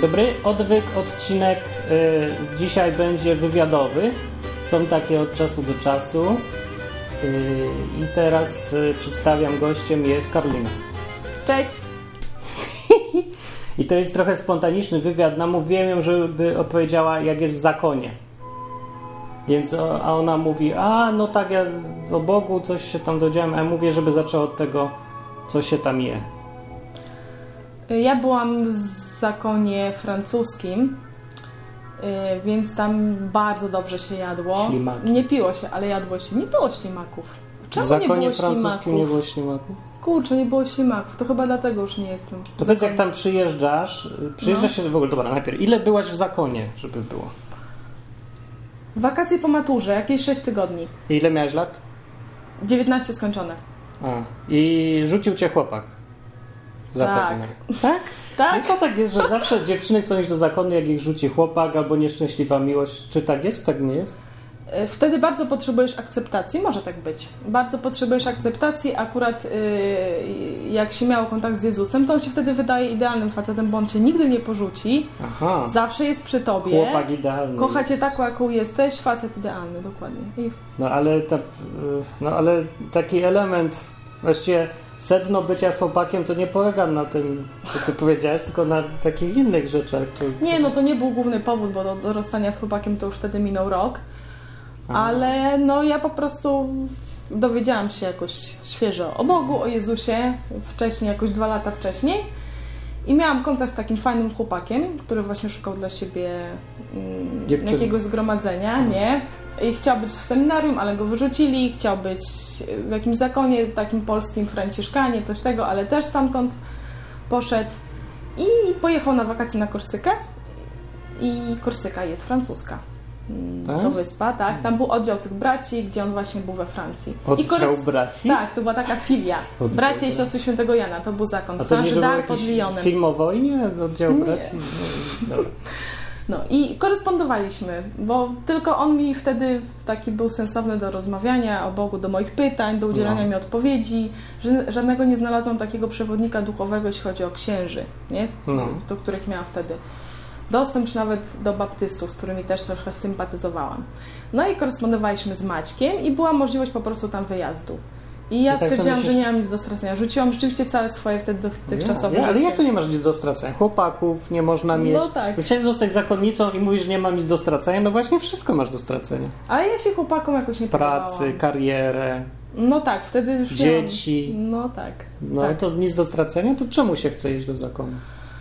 dobry. Odwyk, odcinek dzisiaj będzie wywiadowy. Są takie od czasu do czasu. I teraz przedstawiam, gościem jest Karolina. Cześć! I to jest trochę spontaniczny wywiad. Namówiłem ją, żeby opowiedziała, jak jest w zakonie. Więc, a ona mówi, no tak, ja o Bogu coś się tam dowiedziałem, a ja mówię, żeby zaczęła od tego, co się tam je. Ja byłam w zakonie francuskim, więc tam bardzo dobrze się jadło. Ślimaki. Nie piło się, ale jadło się. Nie było ślimaków. Czemu W zakonie nie było francuskim ślimaków? nie było ślimaków? Kurczę, nie było ślimaków. To chyba dlatego już nie jestem. To powiedz, jak tam przyjeżdżasz się w ogóle, dobra, najpierw, ile byłaś w zakonie, żeby było? Wakacje po maturze, jakieś 6 tygodni. I ile miałeś lat? 19 skończone. I rzucił cię chłopak. Zapewne. Tak? Tak? No to tak jest, że zawsze dziewczyny chcą iść do zakonu, jak ich rzuci chłopak albo nieszczęśliwa miłość. Czy tak jest? Tak nie jest? Wtedy bardzo potrzebujesz akceptacji, może tak być. Bardzo potrzebujesz akceptacji, akurat jak się miało kontakt z Jezusem, to on się wtedy wydaje idealnym facetem, bo on cię nigdy nie porzuci. Aha. Zawsze jest przy tobie. Chłopak idealny. Kocha cię taką, jaką jesteś, facet idealny, dokładnie. No ale taki element, właściwie sedno bycia z chłopakiem to nie polega na tym, co ty powiedziałeś, tylko na takich innych rzeczach. Nie, no to nie był główny powód, bo do rozstania z chłopakiem to już wtedy minął rok. Ale no ja po prostu dowiedziałam się jakoś świeżo o Bogu, o Jezusie, wcześniej, jakoś 2 lata wcześniej. I miałam kontakt z takim fajnym chłopakiem, który właśnie szukał dla siebie jakiegoś zgromadzenia, nie? I chciał być w seminarium, ale go wyrzucili. Chciał być w jakimś zakonie takim polskim, franciszkanie, coś tego, ale też stamtąd poszedł. I pojechał na wakacje na Korsykę. I Korsyka jest francuska. Tak? To wyspa, tak. Tam był oddział tych braci, gdzie on właśnie był we Francji. Oddział braci? Tak, to była taka filia. Bracia i siostry Świętego Jana, to był zakon. A to nie był Saint-Gilles pod Lyonem. Film o wojnie? Oddział braci? No, dobra. No i korespondowaliśmy, bo tylko on mi wtedy taki był sensowny do rozmawiania o Bogu, do moich pytań, do udzielania mi odpowiedzi. Żadnego nie znalazłam takiego przewodnika duchowego, jeśli chodzi o księży, nie? Do których miałam wtedy dostęp, czy nawet do baptystów, z którymi też trochę sympatyzowałam. No i korespondowaliśmy z Maćkiem i była możliwość po prostu tam wyjazdu. I ja stwierdziłam, że nie mam nic do stracenia. Rzuciłam rzeczywiście całe swoje wtedy dotychczasowe życie. Ale jak to nie masz nic do stracenia? Chłopaków nie można mieć. No tak. Chciałeś zostać zakonnicą i mówisz, że nie mam nic do stracenia. No właśnie wszystko masz do stracenia. Ale ja się chłopakom jakoś nie podobałam. Pracy, karierę. No tak, wtedy już dzieci. No tak. No tak. To nic do stracenia? To czemu się chce iść do zakonu?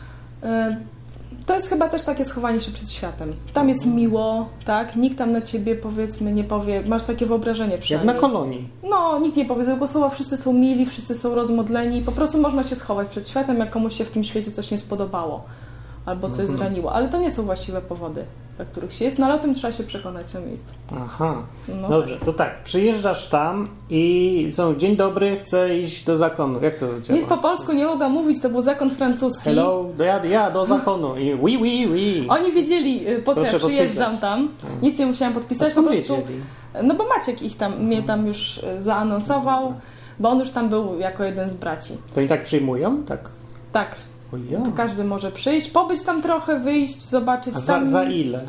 To jest chyba też takie schowanie się przed światem. Tam jest miło, tak? Nikt tam na ciebie, powiedzmy, nie powie... Masz takie wyobrażenie przynajmniej. Jak na kolonii. No, nikt nie powie złego słowa, wszyscy są mili, wszyscy są rozmodleni. Po prostu można się schować przed światem, jak komuś się w tym świecie coś nie spodobało. Albo coś zraniło. Ale to nie są właściwe powody, dla których się jest. No ale o tym trzeba się przekonać na miejscu. Aha. No dobrze, to tak. Przyjeżdżasz tam i dzień dobry, chcę iść do zakonu. Jak to działa? Nic po polsku nie mogę mówić, to był zakon francuski. Hello, ja do zakonu. I oui. Oni wiedzieli, po co ja przyjeżdżam tam. Nic nie musiałam podpisać, po prostu. Wiedzieli? No bo Maciek mnie tam już zaanonsował, bo on już tam był jako jeden z braci. To oni tak przyjmują? Tak. Tak. Ja. To każdy może przyjść, pobyć tam trochę, wyjść, zobaczyć. A za ile?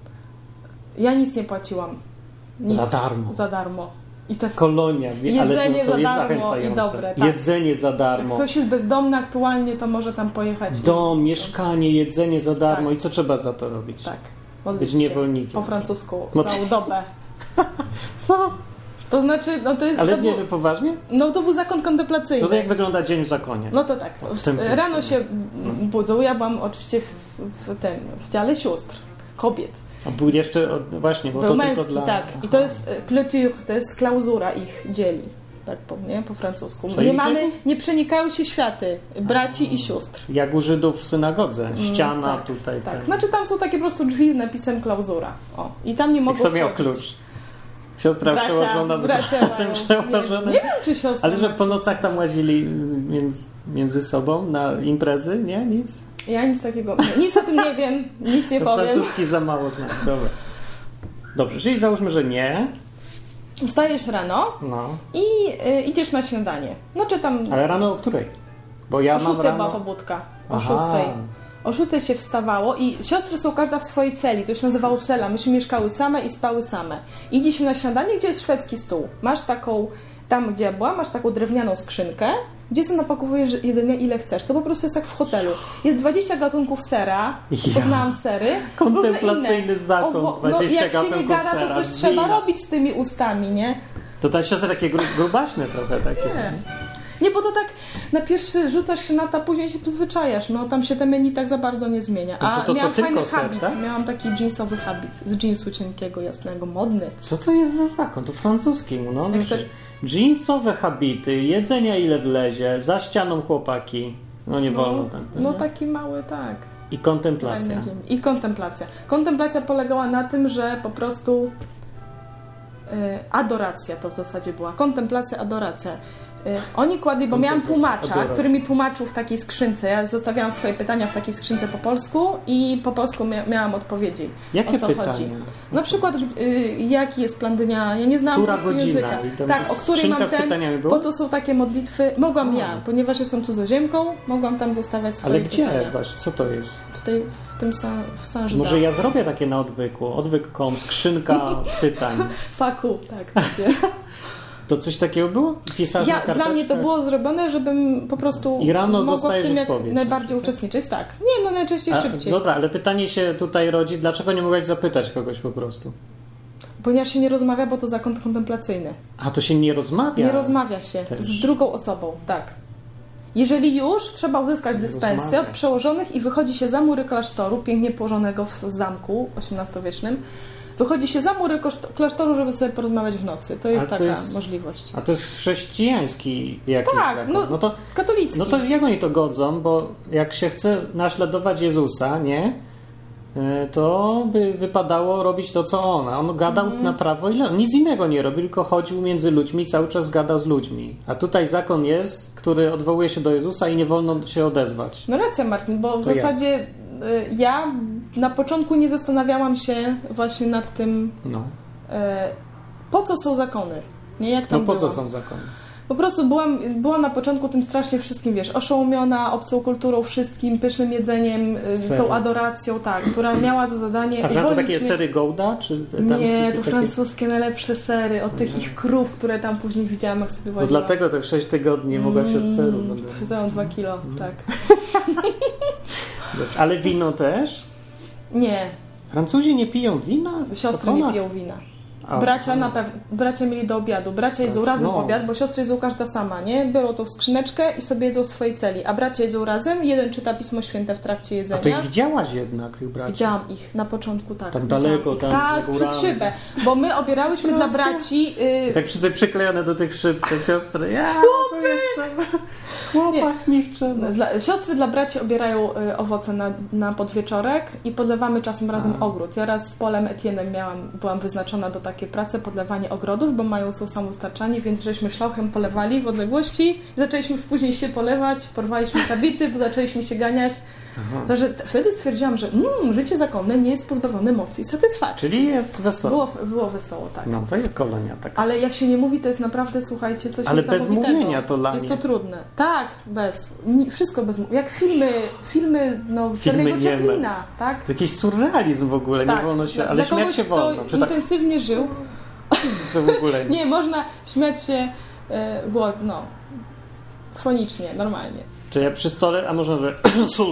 Ja nic nie płaciłam. Nic. Za darmo. Za darmo. I te kolonia, jedzenie ale to za jest darmo zachęcające. i dobre. Tak. Jedzenie za darmo. Jak ktoś jest bezdomny aktualnie, to może tam pojechać. Dom, mieszkanie, jedzenie za darmo. Tak. I co trzeba za to robić? Tak. Być niewolnikiem. Po francusku No całą dobę. Co? To znaczy, no to jest... Ale to nie, był, poważnie? no to był zakon kontemplacyjny. No to jak wygląda dzień w zakonie? No to tak. Rano się budzą. Ja byłam oczywiście w dziale sióstr, kobiet. A był jeszcze, właśnie, bo był to męski, tylko dla... tak. I to jest clôture, to jest klauzura ich dzieli. Tak po francusku. Nie przenikają się światy braci i sióstr. Jak u Żydów w synagodze. Ściana tak, tutaj. Tak. Znaczy tam są takie po prostu drzwi z napisem klauzura. O. I tam nie mogą kto miał wchodzić. klucz? Siostra przełożona z bratem przełożonym. Nie wiem, czy siostra. Ale że po nocach tam łazili między sobą na imprezy, nie? Nic? Ja nic takiego... Nic o tym nie wiem. Nic nie powiem. Francuski za mało znam. Dobra. Dobrze, czyli załóżmy, że nie. Wstajesz rano i idziesz na śniadanie. No czy tam... Ale rano o której? Bo ja o 6 mam rano... była pobudka. O 6. o 6 się wstawało i siostry są każda w swojej celi, to się nazywało cela, myśmy mieszkały same i spały same. Idzie się na śniadanie, gdzie jest szwedzki stół. Masz taką, tam gdzie ja byłam, masz taką drewnianą skrzynkę, gdzie sobie napakowujesz jedzenia ile chcesz. To po prostu jest jak w hotelu. Jest 20 gatunków sera, poznałam sery, kontemplacyjny zakon, 20 jak się nie gada, to coś trzeba robić z tymi ustami, nie? To ta siostra takie grubaśne trochę takie. Nie, bo to tak na pierwszy rzucasz się na to, a później się przyzwyczajasz. No tam się te menu tak za bardzo nie zmienia. A to miałam fajny ser, habit. tak? Miałam taki jeansowy habit z jeansu cienkiego, jasnego, modny. Co to jest za zakon? To francuski, no. Jeansowe habity, jedzenia ile wlezie, za ścianą chłopaki. No nie wolno tam. No taki mały, tak. I kontemplacja. I kontemplacja. Kontemplacja polegała na tym, że po prostu adoracja to w zasadzie była. Kontemplacja, adoracja. Oni kładli, bo miałam tłumacza, który mi tłumaczył w takiej skrzynce. Ja zostawiałam swoje pytania w takiej skrzynce po polsku i po polsku miałam odpowiedzi. Jakie o co pytania? chodzi. Na przykład, jaki jest plan dnia? Ja nie znałam która godzina? języka. Tak, o której mam po co są takie modlitwy? Mogłam ponieważ jestem cudzoziemką, mogłam tam zostawiać swoje pytania. Ale gdzie? Właśnie, co to jest? W tym Saint-Gilles. Może ja zrobię takie na odwyku. Odwyk.com, skrzynka pytań. Faku, tak. To coś takiego było? Dla mnie to było zrobione, żebym po prostu mogła w tym jak najbardziej uczestniczyć. Tak. Nie, no najczęściej szybciej. Dobra, ale pytanie się tutaj rodzi, dlaczego nie mogłaś zapytać kogoś po prostu? Ponieważ się nie rozmawia, bo to zakon kontemplacyjny. A to się nie rozmawia? Nie rozmawia się z drugą osobą, tak. Jeżeli już, trzeba uzyskać dyspensę od przełożonych i wychodzi się za mury klasztoru, pięknie położonego w zamku XVIII-wiecznym. Wychodzi się za mury klasztoru, żeby sobie porozmawiać w nocy. To jest taka możliwość. A to jest chrześcijański jakiś zakon. No to katolicki. No to jak oni to godzą? Bo jak się chce naśladować Jezusa, nie? To by wypadało robić to, co on. On gadał na prawo i nic innego nie robił, tylko chodził między ludźmi, cały czas gadał z ludźmi. A tutaj zakon jest, który odwołuje się do Jezusa i nie wolno się odezwać. No racja, Martin, bo w zasadzie ja na początku nie zastanawiałam się właśnie nad tym, po co są zakony. Nie, jak tam po co są zakony? Po prostu byłam na początku tym strasznie wszystkim, wiesz, oszołomiona obcą kulturą, wszystkim, pysznym jedzeniem, tą adoracją, tak, która miała za zadanie... A to takie sery Gouda? Czy nie, to francuskie najlepsze sery, od tych ich krów, które tam później widziałam, jak sobie wodziłam. No dlatego te 6 tygodni mogła się od seru. Wydałam 2 kilo, tak. Ale wino też? Nie. Francuzi nie piją wina? Siostry nie piją wina. Bracia mieli do obiadu. Bracia jedzą razem obiad, bo siostry jedzą każda sama, nie? Biorą to w skrzyneczkę i sobie jedzą w swojej celi. A bracia jedzą razem, jeden czyta Pismo Święte w trakcie jedzenia. A to ich widziałaś jednak, tych braci? Widziałam ich na początku, tak. Tam daleko, tam tak, przez szybę. Bo my obierałyśmy dla braci... Tak wszyscy przyklejone do tych szyb, te siostry. Ja chłopak mi chce. Siostry dla braci obierają owoce na podwieczorek i podlewamy czasem razem ogród. Ja raz z Polem Etienem byłam wyznaczona do takiej pracy, podlewanie ogrodów, bo są samostarczani, więc żeśmy szlauchem polewali w odległości. Zaczęliśmy później się polewać, porwaliśmy kabity, bo zaczęliśmy się ganiać. Także wtedy stwierdziłam, że życie zakonne nie jest pozbawione mocy i satysfakcji. Czyli jest wesoło. Było wesoło, tak. No to jest kolonia taka. Ale jak się nie mówi, to jest naprawdę, słuchajcie, coś niesamowitego. Ale bez mówienia to dla mnie. Jest to trudne. Tak, wszystko bez mówienia. Jak filmy Charlie'ego Chaplina, tak? To jakiś surrealizm w ogóle, nie wolno się, ale śmiać się wolno. Kto intensywnie żył, to w ogóle nie, można śmiać się fonicznie, normalnie. Czy ja przy stole, a można, że sól.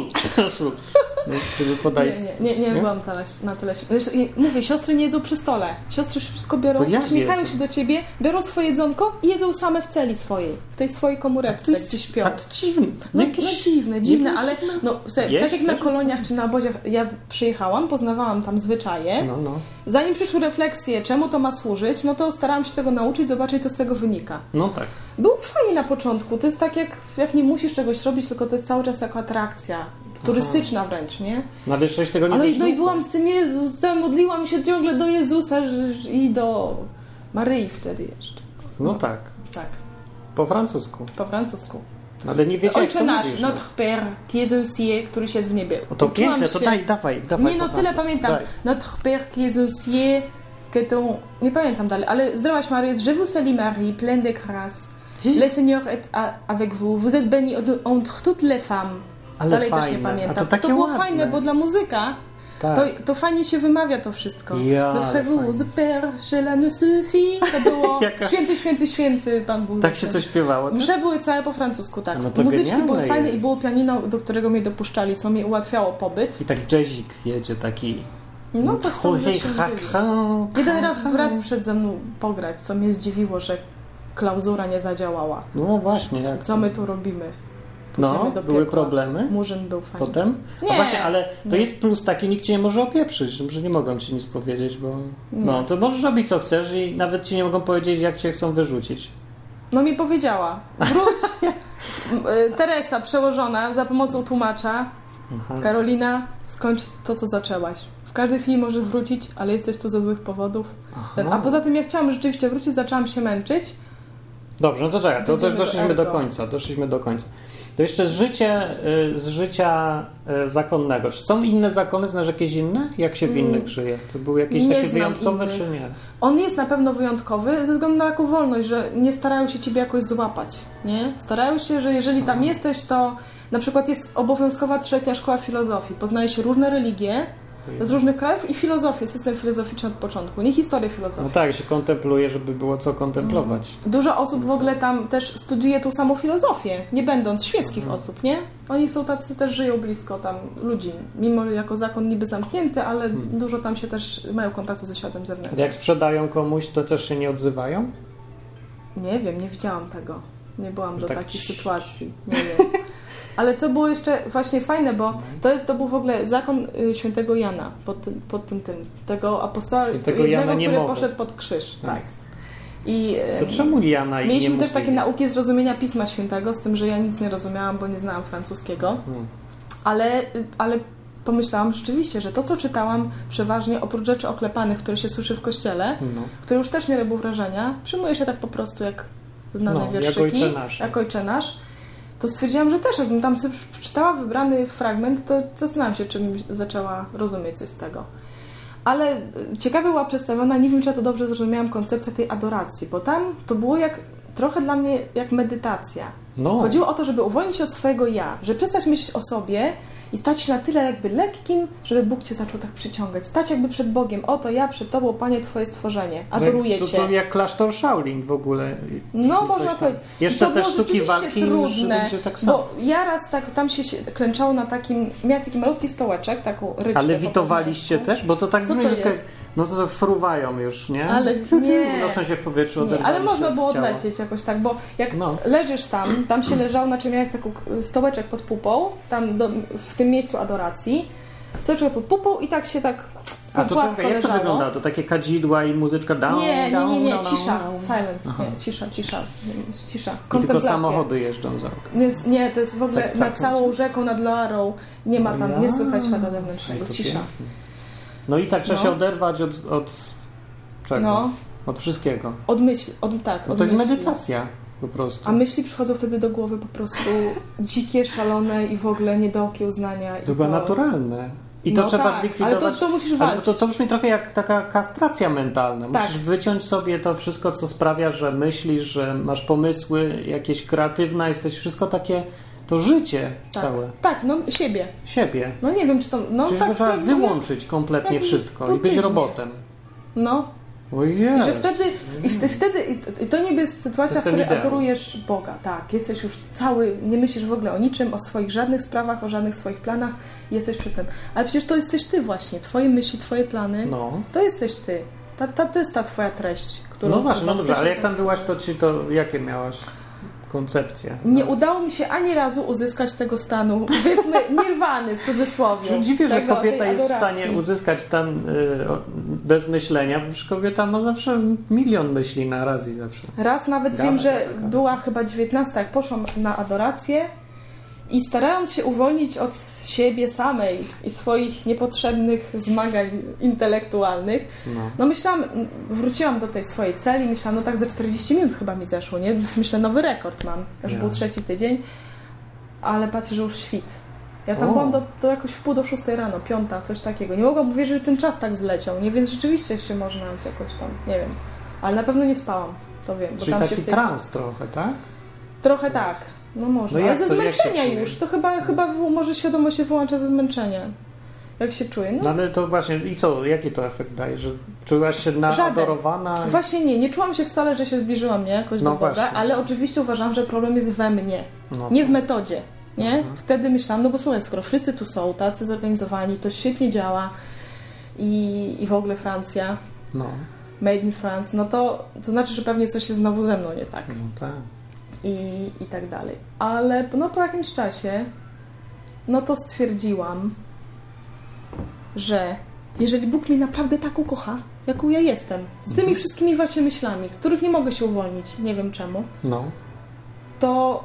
Nie byłam na tyle. Mówię, siostry nie jedzą przy stole. Siostry wszystko biorą, uśmiechają się do ciebie, biorą swoje jedzonko i jedzą same w celi swojej. W tej swojej komóreczce, gdzie śpią. A to dziwne. Dziwne, ale tak jak na koloniach czy na oboziach ja przyjechałam, poznawałam tam zwyczaje. Zanim przyszły refleksje, czemu to ma służyć, no to starałam się tego nauczyć, zobaczyć, co z tego wynika. No tak. Było fajnie na początku. To jest tak, jak nie musisz czegoś robić, tylko to jest cały czas jako atrakcja. Turystyczna wręcz, nie? Na większość tego nie i byłam z tym Jezusem, modliłam się ciągle do Jezusa i do Maryi wtedy jeszcze. No tak. Tak. Po francusku. Ale nie wiedziałeś, Ojcze nasz, Notre Père, qui es aux cieux, któryś jest w niebie. To piękne, to dawaj. Nie, tyle pamiętam. Daj. Notre Père, qui es aux cieux, nie pamiętam dalej, ale zdrowaś Maryjo, je vous salue Marie, pleine de grâce. Le Seigneur est avec vous. Vous êtes bénie entre toutes les femmes. Ale dalej fajne. też nie pamiętam. A to takie było ładne. fajne, bo dla muzyka Tak. to fajnie się wymawia to wszystko. Ja, Notre vous, fajnie. père, cela ne suffit. To było Jaka- święty Pan Bóg. Tak się coś śpiewało. Tak? Msze były całe po francusku, tak. No to Muzyczki genialne były fajne jest. i było pianino, do którego mnie dopuszczali, co mi ułatwiało pobyt. I tak jazzik jedzie taki... No to tam żeśmy byli. Jeden raz brat przyszedł ze mną pograć, co mnie zdziwiło, że klauzura nie zadziałała. No właśnie. Jak Co to? my tu robimy? Pójdziemy No, do były piekła. problemy. Murzyn był fajny. Potem? Nie. No właśnie, ale to Nie. jest plus taki, nikt cię nie może opieprzyć, że nie mogą ci nic powiedzieć, bo... No, to możesz robić co chcesz i nawet ci nie mogą powiedzieć, jak cię chcą wyrzucić. No mi powiedziała, wróć. Teresa przełożona za pomocą tłumacza. Aha. Karolina, skończ to, co zaczęłaś. W każdej chwili możesz wrócić, ale jesteś tu ze złych powodów. Aha. A poza tym, jak chciałam rzeczywiście wrócić, zaczęłam się męczyć. Dobrze, no to czekaj, to Dojdziemy też do doszliśmy do końca. To jeszcze z życia zakonnego. Czy są inne zakony? Znasz jakieś inne? Jak się w innych żyje? To były jakieś Nie takie znam wyjątkowe, innych. czy nie? On jest na pewno wyjątkowy ze względu na taką wolność, że nie starają się ciebie jakoś złapać, nie? Starają się, że jeżeli tam jesteś, to na przykład jest obowiązkowa 3-letnia szkoła filozofii. Poznaje się różne religie z różnych krajów i filozofię, system filozoficzny od początku, nie historię filozofii. No tak, się kontempluje, żeby było co kontemplować. Dużo osób w ogóle tam też studiuje tą samą filozofię, nie będąc świeckich osób, nie? Oni są tacy, też żyją blisko tam ludzi, mimo jako zakon niby zamknięty, ale dużo tam się też mają kontaktu ze światem zewnętrznym. Jak sprzedają komuś, to też się nie odzywają? Nie wiem, nie widziałam tego. Nie byłam do Tak takiej sytuacji. Nie wiem. Ale co było jeszcze właśnie fajne, bo to był w ogóle zakon świętego Jana pod tym tego apostoła, Świętego Jana jednego, który Niemowę. poszedł pod krzyż. Tak. Tak. I To czemu Jana i mieliśmy nie też takie mówili? nauki zrozumienia Pisma Świętego, z tym, że ja nic nie rozumiałam, bo nie znałam francuskiego. Ale pomyślałam rzeczywiście, że to, co czytałam przeważnie, oprócz rzeczy oklepanych, które się słyszy w kościele, No. które już też nie robią wrażenia, przyjmuje się tak po prostu jak znane No, wierszyki, jak Ojcze Nasz. jak Ojcze Nasz, to stwierdziłam, że też jakbym tam sobie przeczytała wybrany fragment, to zastanawiam się, czy bym zaczęła rozumieć coś z tego. Ale ciekawie była przedstawiona, nie wiem, czy ja to dobrze zrozumiałam, koncepcja tej adoracji, bo tam to było trochę dla mnie jak medytacja. No. Chodziło o to, żeby uwolnić się od swojego ja, żeby przestać myśleć o sobie i stać się na tyle jakby lekkim, żeby Bóg Cię zaczął tak przyciągać. Stać jakby przed Bogiem. Oto ja przed Tobą, Panie, Twoje stworzenie. Adoruję Cię. To jak klasztor Shaolin w ogóle. No, Coś można tam. powiedzieć. Jeszcze to te było sztuki rzeczywiście walki już trudne, będzie tak samo. bo ja raz tak, tam się klęczało na takim, miałeś taki malutki stołeczek, taką ryczkę. Ale po witowaliście poznańsku. też? Bo to tak Co to brzmi, że jest? no to fruwają już, nie? Ale nie. Unoszą się w powietrzu, Nie, oderwali ale można się było od ciała. odlecieć jakoś tak, bo jak No. leżysz tam się leżało, znaczy miałeś taką stołeczek pod pupą, tam w tym miejscu adoracji, stołeczek pod pupą i tak się A to płasko czekaj, jak to leżało. wygląda? To takie kadzidła i muzyczka down, Nie, cisza, down. silence, Aha. nie, cisza, I tylko kontemplacja. samochody jeżdżą za oknem. Nie, to jest w ogóle Tak, nad całą rzeką, nad Loarą, nie ma tam, nie słychać świata zewnętrznego, To cisza. pięknie. No i tak trzeba No. się oderwać od czego? No. Od wszystkiego. Od myśli, tak, No od to jest myśli. medytacja po prostu. A myśli przychodzą wtedy do głowy po prostu dzikie, szalone i w ogóle nie do okiełznania. To chyba naturalne. I to No trzeba tak, zlikwidować. ale to musisz Ale walczyć. to brzmi trochę jak taka kastracja mentalna. Tak. Musisz wyciąć sobie to wszystko, co sprawia, że myślisz, że masz pomysły, jakieś kreatywne, jesteś wszystko takie, to życie całe. Tak, no siebie. No nie wiem, czy to... No Czyli tak trzeba sobie- wyłączyć kompletnie jak wszystko i być buddyzmie. robotem. No. Ojej. I że wtedy to niby jest sytuacja, To w jest której ten ideał. adorujesz Boga. Tak, jesteś już cały, nie myślisz w ogóle o niczym, o swoich żadnych sprawach, o żadnych swoich planach. Jesteś przy tym. Ale przecież to jesteś ty właśnie. Twoje myśli, twoje plany. No. To jesteś ty. To jest ta twoja treść, którą... No właśnie, no którą dobrze, chcesz ale jak tam byłaś, to jakie miałaś koncepcje? Nie udało mi się ani razu uzyskać tego stanu, powiedzmy, nirwany w cudzysłowie. Się dziwię, że tego- kobieta tej jest w adoracji. stanie uzyskać stan bez myślenia, bo przecież kobieta ma zawsze milion myśli na raz i zawsze. Raz nawet Gada, wiem, że gada. była chyba 19, jak poszłam na adorację i starając się uwolnić od siebie samej i swoich niepotrzebnych zmagań intelektualnych, no myślałam, wróciłam do tej swojej celi, myślałam, no tak ze 40 minut chyba mi zeszło, nie? Myślę, nowy rekord mam, już Ja. był 3. tydzień, ale patrzę, że już świt. Ja tam O. byłam do jakoś w 5:45 rano, 5, coś takiego. Nie mogłam powiedzieć, że ten czas tak zleciał, nie? Więc rzeczywiście się można jakoś tam, nie wiem. Ale na pewno nie spałam, to wiem. Bo Czyli tam taki się w tej... trans trochę, tak? Trochę tak, no może. No jak ale ze to- jak się zmęczenia czuje? już. To chyba może świadomość się wyłącza ze zmęczenia. Jak się czuję. No ale to właśnie, i co, jaki to efekt daje? Że czułaś się naadorowana? Właśnie nie czułam się wcale, że się zbliżyłam, nie? Jakoś No do Boga, właśnie. ale oczywiście uważam, że problem jest we mnie, No nie to- w metodzie, nie? Mhm. Wtedy myślałam, no bo słuchaj, skoro wszyscy tu są, tacy zorganizowani, to świetnie działa i w ogóle Francja, No, made in France, no to znaczy, że pewnie coś jest znowu ze mną nie tak no tak. i tak dalej. Ale no po jakimś czasie, no to stwierdziłam, że jeżeli Bóg mnie naprawdę tak ukocha, jaką ja jestem, z tymi wszystkimi właśnie myślami, z których nie mogę się uwolnić, nie wiem czemu, No, to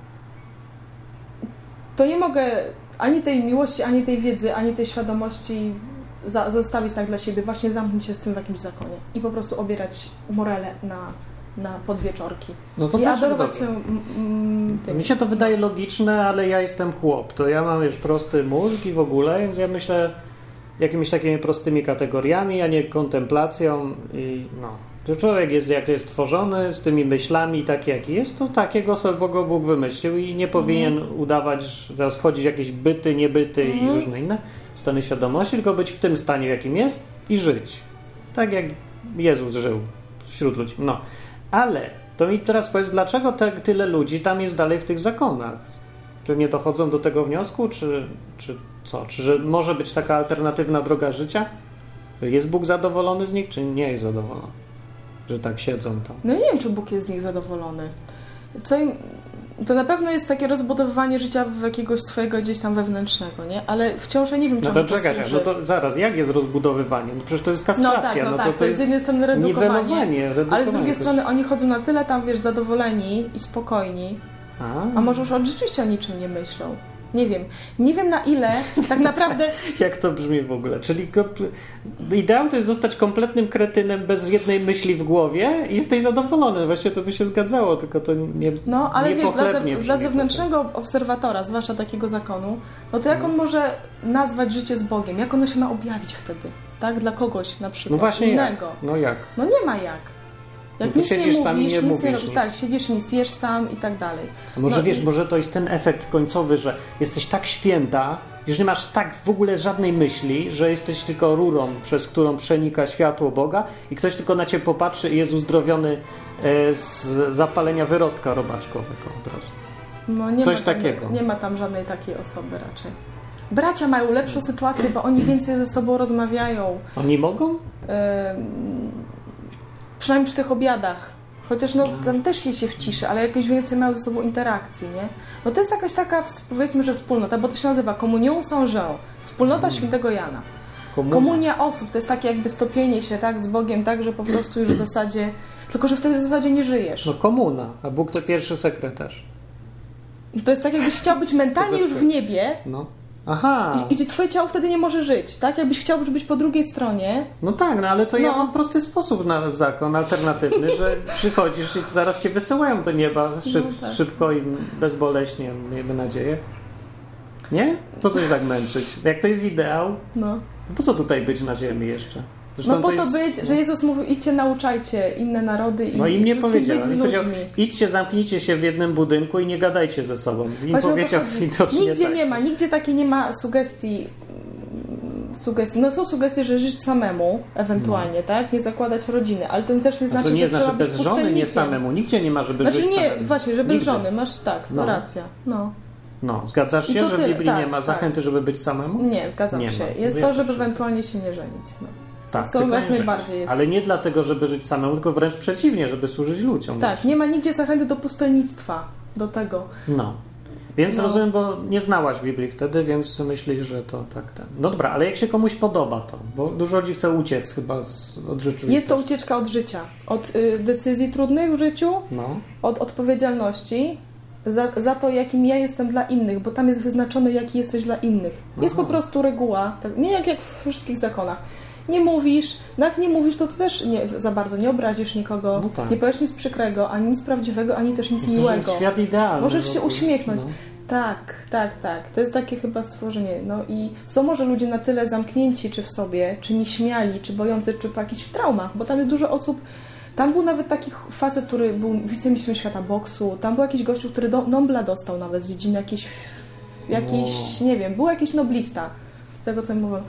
nie mogę ani tej miłości, ani tej wiedzy, ani tej świadomości zostawić tak dla siebie, właśnie zamknąć się z tym w jakimś zakonie i po prostu obierać morele na podwieczorki. no to I też adorować dobrze. tym. Mi się to wydaje logiczne, ale ja jestem chłop. To ja mam już prosty mózg i w ogóle, więc ja myślę jakimiś takimi prostymi kategoriami, a nie kontemplacją. I no, to człowiek jest jak jest tworzony, z tymi myślami taki jaki jest, to takiego sobie Bóg wymyślił i nie powinien udawać, że teraz wchodzić w jakieś byty, niebyty i różne inne stany świadomości, tylko być w tym stanie, w jakim jest i żyć. Tak jak Jezus żył wśród ludzi. No, ale to mi teraz powiedz, dlaczego tyle ludzi tam jest dalej w tych zakonach? Czy nie dochodzą do tego wniosku, czy co? Czy że może być taka alternatywna droga życia? Jest Bóg zadowolony z nich, czy nie jest zadowolony? Że tak siedzą tam. No nie wiem, czy Bóg jest z nich zadowolony. To na pewno jest takie rozbudowywanie życia w jakiegoś swojego gdzieś tam wewnętrznego, nie? Ale wciąż ja nie wiem, No czemu to czekaj, służy. no to zaraz, jak jest rozbudowywanie? No przecież to jest kastracja. To jest z jednej strony redukowanie, redukowanie. ale z drugiej strony oni chodzą na tyle tam, wiesz, zadowoleni i spokojni, a może już rzeczywiście o niczym nie myślą. Nie wiem na ile tak naprawdę... Jak to brzmi w ogóle? Czyli ideał to jest zostać kompletnym kretynem bez jednej myśli w głowie i jesteś zadowolony. Właściwie to by się zgadzało, tylko to nie No, ale wiesz, niepochlebnie dla brzmi. zewnętrznego obserwatora, zwłaszcza takiego zakonu, no to jak on może nazwać życie z Bogiem? Jak ono się ma objawić wtedy? Tak? Dla kogoś na przykład No właśnie innego. jak? No jak? No nie ma jak. Jak No to nic nie siedzisz mówisz, sam i nie nic mówisz nie nic. tak, siedzisz, nic jesz sam i tak dalej. A może No wiesz, i- może to jest ten efekt końcowy, że jesteś tak święta, że nie masz tak w ogóle żadnej myśli, że jesteś tylko rurą, przez którą przenika światło Boga i ktoś tylko na ciebie popatrzy i jest uzdrowiony z zapalenia wyrostka robaczkowego od razu. No nie Coś ma tam, takiego. Nie ma tam żadnej takiej osoby raczej. Bracia mają lepszą sytuację, bo oni więcej ze sobą rozmawiają. Oni mogą? Przynajmniej przy tych obiadach. Chociaż no, tam też się w ciszy, ale jakoś więcej mają ze sobą interakcji, nie? No to jest jakaś taka, powiedzmy, że wspólnota, bo to się nazywa Communion Saint-Jean, wspólnota świętego Jana. Komunia osób, to jest takie jakby stopienie się tak z Bogiem, tak, że po prostu już w zasadzie, tylko że wtedy w zasadzie nie żyjesz. No komuna, a Bóg to pierwszy sekretarz. To jest tak, jakbyś chciał być mentalnie już w niebie No. Aha. i twoje ciało wtedy nie może żyć, tak? Jakbyś chciał być po drugiej stronie. No tak, no ale to ja No. mam prosty sposób na zakon alternatywny, że przychodzisz i zaraz cię wysyłają do nieba tak. szybko i bezboleśnie, miejmy nadzieję. Nie? Po co się tak męczyć? Jak to jest ideał, No. po co tutaj być na ziemi jeszcze? Zresztą No po to jest... być, że Jezus mówił, idźcie, nauczajcie inne narody i No im nie po prostu powiedział. być z I powiedział, ludźmi. idźcie, zamknijcie się w jednym budynku i nie gadajcie ze sobą. Im Właśnie o to powiedział chodzi. widocznie Nigdzie tak. nie ma, nigdzie takiej nie ma sugestii. No są sugestie, że żyć samemu, ewentualnie, tak? Nie zakładać rodziny, ale to też nie A znaczy, to nie że znaczy trzeba być bez żony, nie pustelnikiem. samemu. Nigdzie nie ma, żeby Znaczy żyć nie, samemu. właśnie, że bez Nigdy. żony, masz tak, No. no racja, no. No, zgadzasz I się, to że w tyle, Biblii nie tak, ma tak. zachęty, żeby być samemu? Nie, zgadzam Nie się. ma. Jest No to, ja żeby też. ewentualnie się nie żenić. No. Tak, Co tylko jak nie najbardziej żenić. jest. Ale nie dlatego, żeby żyć samemu, tylko wręcz przeciwnie, żeby służyć ludziom. Tak, właśnie. nie ma nigdzie zachęty do pustelnictwa, do tego. No. Więc No. rozumiem, bo nie znałaś Biblii wtedy, więc myślisz, że to tak. No dobra, ale jak się komuś podoba to, bo dużo ludzi chce uciec chyba od rzeczywistości. Jest to ucieczka od życia, od decyzji trudnych w życiu, No. od odpowiedzialności za to, jakim ja jestem dla innych, bo tam jest wyznaczone, jaki jesteś dla innych. Jest Aha. po prostu reguła, tak, nie jak w wszystkich zakonach. Nie mówisz, no jak nie mówisz, to też nie, za bardzo nie obrazisz nikogo, No tak. nie powiesz nic przykrego, ani nic prawdziwego, ani też nic To jest miłego. świat idealny. Możesz się w ogóle. uśmiechnąć. No. Tak. To jest takie chyba stworzenie. No i są może ludzie na tyle zamknięci, czy w sobie, czy nieśmiali, czy bojący, czy po jakichś traumach, bo tam jest dużo osób Tam był nawet taki facet, który był wicemistrzem świata boksu, tam był jakiś gościu, który Nobla dostał nawet z dziedziny jakiś nie wiem, był jakiś noblista, z tego co mi mówią.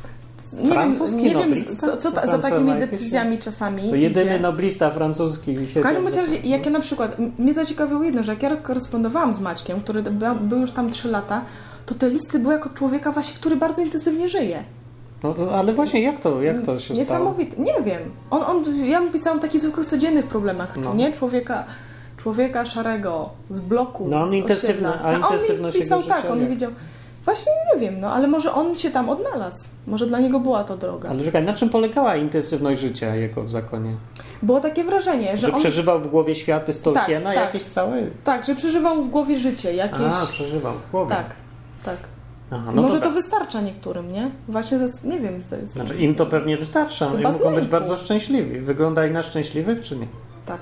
Nie wiem co za takimi decyzjami czasami to jedyny idzie. noblista francuski. W każdym razie, jak ja na przykład, mnie zaciekawiło jedno, że jak ja korespondowałam z Maćkiem, który był już tam 3 lata, to te listy były jako człowieka właśnie, który bardzo intensywnie żyje. No to, ale właśnie jak to się stało? Niesamowite. Nie wiem. Ja mu pisałam o takich zwykłych, codziennych problemach, nie? Człowieka szarego, z bloku, no, on z osiedla. intensywność on mi pisał jego tak, życia, on mi wiedział. Właśnie nie wiem, ale może on się tam odnalazł. Może dla niego była to droga. Ale czekaj, na czym polegała intensywność życia jego w zakonie? Było takie wrażenie, że on... przeżywał w głowie światy z Tolkiena jakieś całe? Tak, że przeżywał w głowie życie jakieś... przeżywał w głowie. Tak. Aha, no może to wystarcza niektórym, nie? Właśnie, nie wiem. Znaczy im to pewnie wystarcza. I mogą być bardzo szczęśliwi. Wyglądali na szczęśliwych, czy nie? Tak.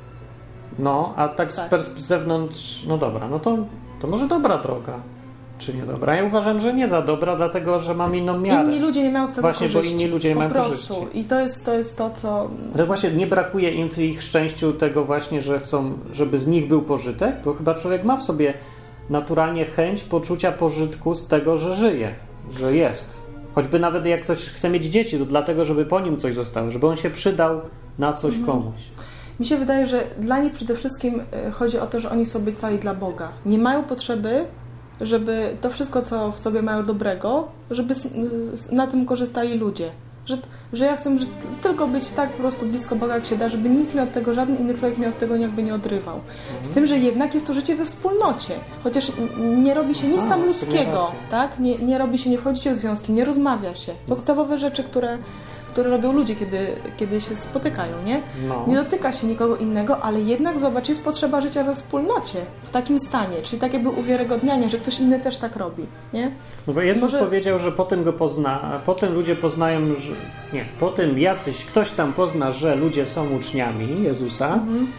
No, a tak. Z zewnątrz, no dobra, no to może dobra droga. Czy nie dobra? Ja uważam, że nie za dobra, dlatego, że mam inną miarę. Inni ludzie nie mają z tego właśnie, korzyści. Bo inni ludzie nie mają korzyści. Po prostu. I to jest to, co... Ale właśnie nie brakuje im w ich szczęściu tego właśnie, że chcą, żeby z nich był pożytek, bo chyba człowiek ma w sobie naturalnie chęć poczucia pożytku z tego, że żyje, że jest. Choćby nawet jak ktoś chce mieć dzieci, to dlatego, żeby po nim coś zostało, żeby on się przydał na coś komuś. Mi się wydaje, że dla nich przede wszystkim chodzi o to, że oni są obiecali dla Boga. Nie mają potrzeby, żeby to wszystko, co w sobie mają dobrego, żeby na tym korzystali ludzie. Że ja chcę tylko być tak po prostu blisko Boga, jak się da, żeby nic mi od tego, żaden inny człowiek mi od tego jakby nie odrywał. Z tym, że jednak jest to życie we wspólnocie. Chociaż nie robi się nic tam ludzkiego, tak? Nie robi się, nie wchodzi się w związki, nie rozmawia się. Podstawowe rzeczy, które robią ludzie, kiedy się spotykają, nie? No. Nie dotyka się nikogo innego, ale jednak zobacz, jest potrzeba życia we wspólnocie, w takim stanie, czyli tak jakby uwiarygodniania, że ktoś inny też tak robi, nie? No bo Jezus powiedział, że potem go pozna, a potem ludzie poznają, że nie, potem ktoś tam pozna, że ludzie są uczniami Jezusa,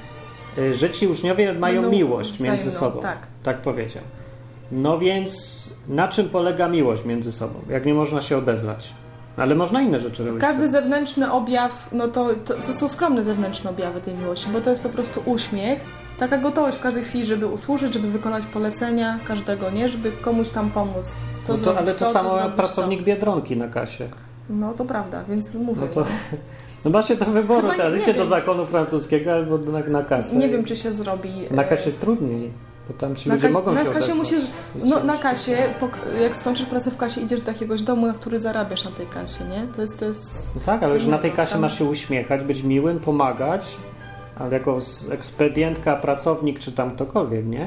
że ci uczniowie mają miłość między sobą. Tak powiedział. No więc na czym polega miłość między sobą? Jak nie można się odezwać? Ale można inne rzeczy robić. Każdy zewnętrzny objaw, no to są skromne zewnętrzne objawy tej miłości, bo to jest po prostu uśmiech, taka gotowość w każdej chwili, żeby usłużyć, żeby wykonać polecenia każdego, nie? Żeby komuś tam pomóc. Ale to samo pracownik Biedronki na kasie. No to prawda, więc mówię. No macie do wyboru, teraz idzie do zakonu francuskiego albo na kasę. Nie wiem, czy się zrobi... Na kasie jest trudniej. Bo tam ci ludzie mogą się odezwać. Na kasie, jak skończysz pracę w kasie, idziesz do jakiegoś domu, na który zarabiasz na tej kasie, nie? To jest no tak, ale już na tej kasie masz się uśmiechać, być miłym, pomagać, ale jako ekspedientka, pracownik, czy tam ktokolwiek, nie?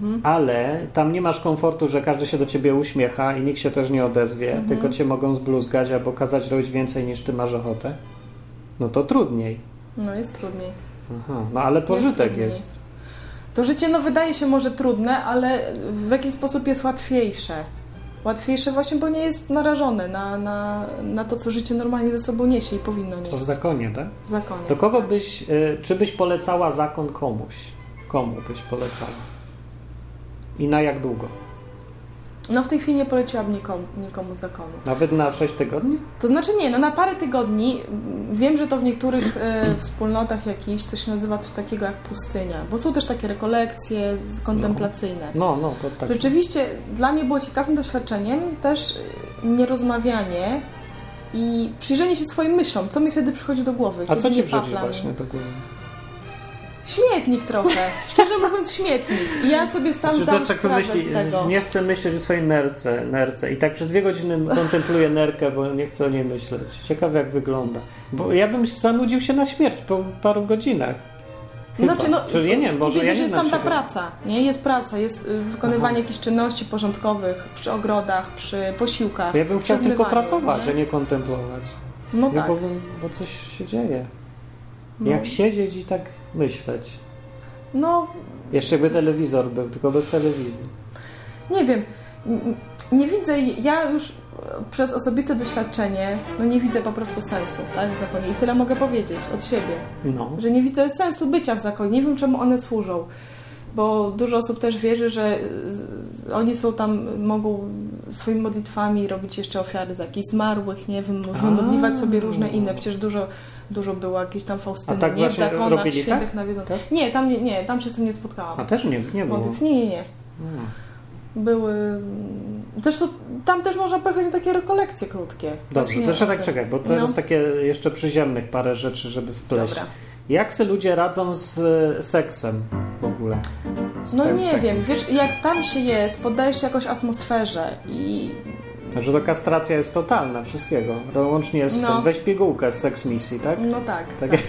Ale tam nie masz komfortu, że każdy się do ciebie uśmiecha i nikt się też nie odezwie, tylko cię mogą zbluzgać albo kazać robić więcej niż ty masz ochotę. No to trudniej. No jest trudniej. Aha, no ale pożytek jest. To życie wydaje się może trudne, ale w jakiś sposób jest łatwiejsze. Łatwiejsze właśnie, bo nie jest narażone na to, co życie normalnie ze sobą niesie i powinno nieść. To w zakonie, tak? W zakonie. To kogo czy byś polecała zakon komuś? Komu byś polecała? I na jak długo? No w tej chwili nie poleciłabym nikomu zakonu. Nawet na 6 tygodni? To znaczy nie, na parę tygodni. Wiem, że to w niektórych wspólnotach jakichś to się nazywa coś takiego jak pustynia, bo są też takie rekolekcje kontemplacyjne. No, to tak. Rzeczywiście dla mnie było ciekawym doświadczeniem też nierozmawianie i przyjrzenie się swoim myślom, co mi wtedy przychodzi do głowy. A co ci przychodzi właśnie do głowy? Śmietnik trochę. Szczerze mówiąc śmietnik. I ja sobie zdam sprawę z tego. Nie chcę myśleć o swojej nerce. I tak przez 2 godziny kontempluję nerkę, bo nie chcę o niej myśleć. Ciekawe jak wygląda. Bo ja bym zanudził się na śmierć po paru godzinach. Czyli ja nie wiem, może ja nie jest tam ta praca, nie? Jest praca, jest wykonywanie jakichś czynności porządkowych przy ogrodach, przy posiłkach. To ja bym chciał tylko pracować, a nie kontemplować. No tak. Bo coś się dzieje. Jak siedzieć i tak myśleć. No. Jeszcze by telewizor był, tylko bez telewizji. Nie wiem. Nie widzę, ja już przez osobiste doświadczenie, nie widzę po prostu sensu, tak, w zakonie. I tyle mogę powiedzieć od siebie. Że nie widzę sensu bycia w zakonie. Nie wiem, czemu one służą. Bo dużo osób też wierzy, że oni są tam, mogą swoimi modlitwami robić jeszcze ofiary za jakichś zmarłych, nie? Wymodliwać sobie różne inne. Przecież dużo było jakieś tam Faustyny, tak nie? W zakonach robili, świętych tak? nawiedzonych. Tak? Nie, tam się z tym nie spotkałam. A też nie było? Modlitw. Nie. Były... Też tam też można pojechać na takie rekolekcje krótkie. Dobrze, też tak czekaj, bo to jest takie jeszcze przyziemnych parę rzeczy, żeby wpleść. Dobra. Jak se ludzie radzą z seksem w ogóle? Nie wiem, wiesz, jak tam się jest, poddajesz się jakoś atmosferze i... Że to kastracja jest totalna wszystkiego. Łącznie z tym, weź pigułkę z seks misji, tak? No tak.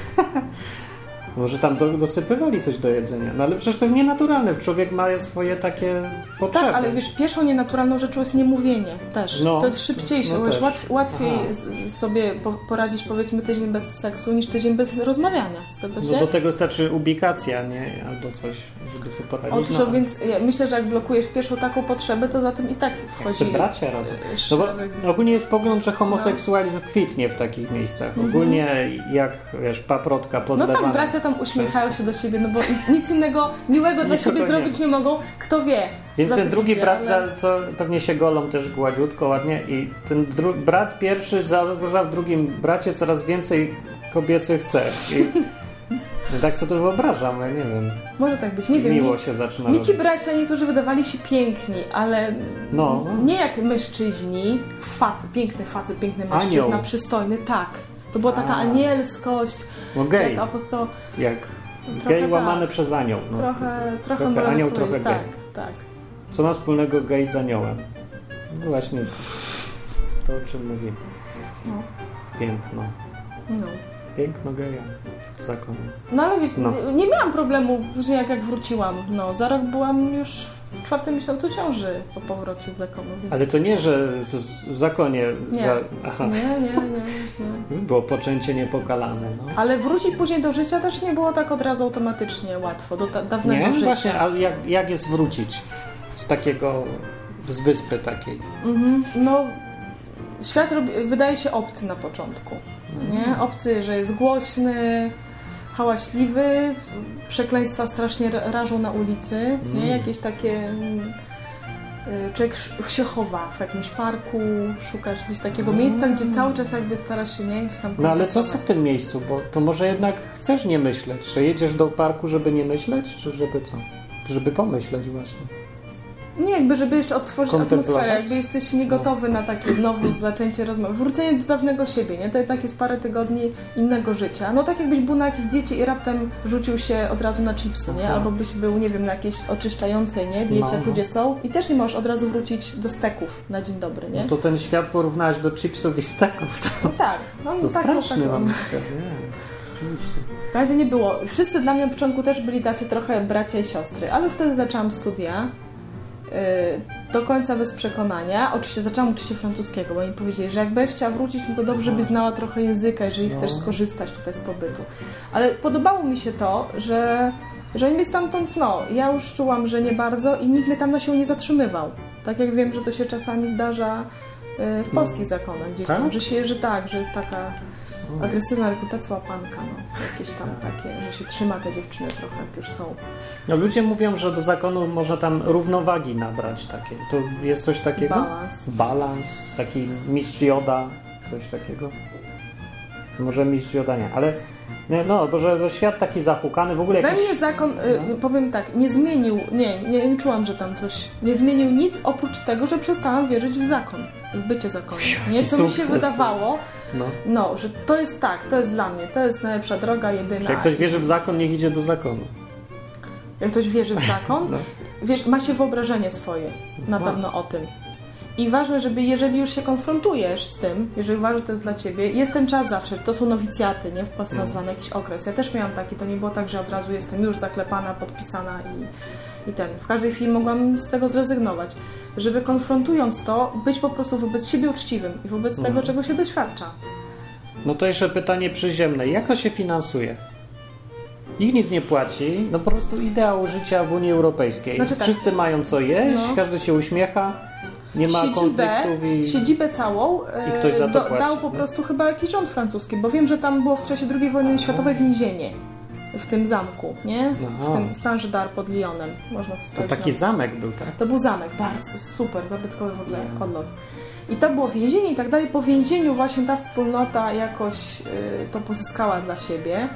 Może tam dosypywali coś do jedzenia. No ale przecież to jest nienaturalne. Człowiek ma swoje takie potrzeby. Tak, ale wiesz, pierwszą nienaturalną rzeczą jest niemówienie też. To jest szybciejsze. Łatwiej sobie poradzić, powiedzmy, tydzień bez seksu niż tydzień bez rozmawiania. Zgadza się? No do tego wystarczy ubikacja, nie? Albo coś, żeby sobie poradzić. Otóż, więc ja myślę, że jak blokujesz pierwszą taką potrzebę, to za tym i tak wchodzi... Jak bracia rodzą. No ogólnie jest pogląd, że homoseksualizm kwitnie w takich miejscach. Ogólnie jak, wiesz, paprotka podlewana. No tam bracia tam uśmiechają się do siebie, no bo nic innego miłego dla siebie zrobić nie mogą. Kto wie? Więc ten drugi brat, co pewnie się golą też gładziutko, ładnie i ten brat pierwszy zauważa w drugim bracie coraz więcej kobiecych cech. I tak sobie to wyobrażam, ja nie wiem. Może tak być, nie wiem. Miło się zaczyna Mi ci bracia niektórzy wydawali się piękni, ale nie jak mężczyźni. Piękny mężczyzna, Anioł. Przystojny, tak. To była taka anielskość. No gej. Jak apostoł... Jak gej łamany przez anioł. No, trochę anioł, trochę gej. Tak. Co ma wspólnego gej z aniołem? No właśnie to, o czym mówimy. No. Piękno. No. Piękno geja. Zakon. No ale wiesz, nie miałam problemu później jak wróciłam. No, za rok byłam już w 4. miesiącu ciąży po powrocie z zakonu. Więc... Ale to nie, że w zakonie... Nie. Nie. Było poczęcie niepokalane. No. Ale wrócić później do życia też nie było tak od razu automatycznie łatwo, do dawnego życia. Nie, właśnie, ale jak jest wrócić z wyspy takiej? No, świat wydaje się obcy na początku. Nie? Obcy, że jest głośny, hałaśliwy, przekleństwa strasznie rażą na ulicy, nie? Jakieś takie... Człowiek się chowa w jakimś parku, szukasz gdzieś takiego miejsca, gdzie cały czas jakby starasz się, nie? Gdzieś tam no ale co w tym miejscu? Bo to może jednak chcesz nie myśleć, że jedziesz do parku, żeby nie myśleć, czy żeby co? Żeby pomyśleć właśnie. Nie, jakby żeby jeszcze odtworzyć atmosferę, jakby jesteś niegotowy na takie nowe zaczęcie rozmowy. Wrócenie do dawnego siebie, nie? To jednak jest parę tygodni innego życia. No tak jakbyś był na jakiejś diecie i raptem rzucił się od razu na chipsy, nie? Albo byś był, nie wiem, na jakiejś oczyszczającej, nie? Diecie, jak ludzie są i też nie możesz od razu wrócić do steków na dzień dobry, nie? No to ten świat porównałeś do chipsów i steków. No tak. No, to tak, straszny tak, mam oczywiście. W razie nie było. Wszyscy dla mnie na początku też byli tacy trochę bracia i siostry, ale wtedy zaczęłam studia. Do końca bez przekonania. Oczywiście zaczęłam uczyć się francuskiego, bo oni powiedzieli, że jak będziesz chciała wrócić, no to dobrze byś znała trochę języka, jeżeli chcesz skorzystać tutaj z pobytu. Ale podobało mi się to, że oni mnie stamtąd, ja już czułam, że nie bardzo i nikt mnie tam na siłę nie zatrzymywał. Tak jak wiem, że to się czasami zdarza w polskich zakonach gdzieś tam, że jest taka agresywna rekrutacja łapanka, jakieś tam takie, że się trzyma te dziewczyny trochę, jak już są. No ludzie mówią, że do zakonu można tam równowagi nabrać takie. To jest coś takiego? Balans, taki mistrz Joda, coś takiego. Może mistrz Joda nie, ale bo że świat taki zahukany, w ogóle jakiś... We mnie zakon, powiem tak, nie zmienił, nie czułam, że tam coś, nie zmienił nic oprócz tego, że przestałam wierzyć w zakon, w bycie zakonem. Nie, co mi się wydawało, że to jest to jest dla mnie, to jest najlepsza droga, jedyna. Jak ktoś wierzy w zakon, niech idzie do zakonu. Jak ktoś wierzy w zakon, wiesz, ma się wyobrażenie swoje, na pewno o tym. I ważne, żeby jeżeli już się konfrontujesz z tym, jeżeli uważasz, że to jest dla ciebie, jest ten czas zawsze, to są nowicjaty, nie? W Polsce nazwany jakiś okres. Ja też miałam taki, to nie było tak, że od razu jestem już zaklepana, podpisana i ten. W każdej chwili mogłam z tego zrezygnować. Żeby konfrontując to, być po prostu wobec siebie uczciwym i wobec tego, czego się doświadcza. No to jeszcze pytanie przyziemne. Jak to się finansuje? Nikt nic nie płaci, po prostu ideał życia w Unii Europejskiej. Znaczy tak. Wszyscy mają co jeść, każdy się uśmiecha. Nie ma konfliktów siedzibę całą i ktoś za to płaci, dał po prostu chyba jakiś rząd francuski, bo wiem, że tam było w czasie II wojny światowej więzienie. w tym zamku, nie? Aha. W tym Saint-Gidard pod Lyonem. Można To spojrzeć taki zamek był, tak? To był zamek, bardzo super, zabytkowy w ogóle odlot. I to było więzienie i tak dalej. Po więzieniu właśnie ta wspólnota jakoś to pozyskała dla siebie.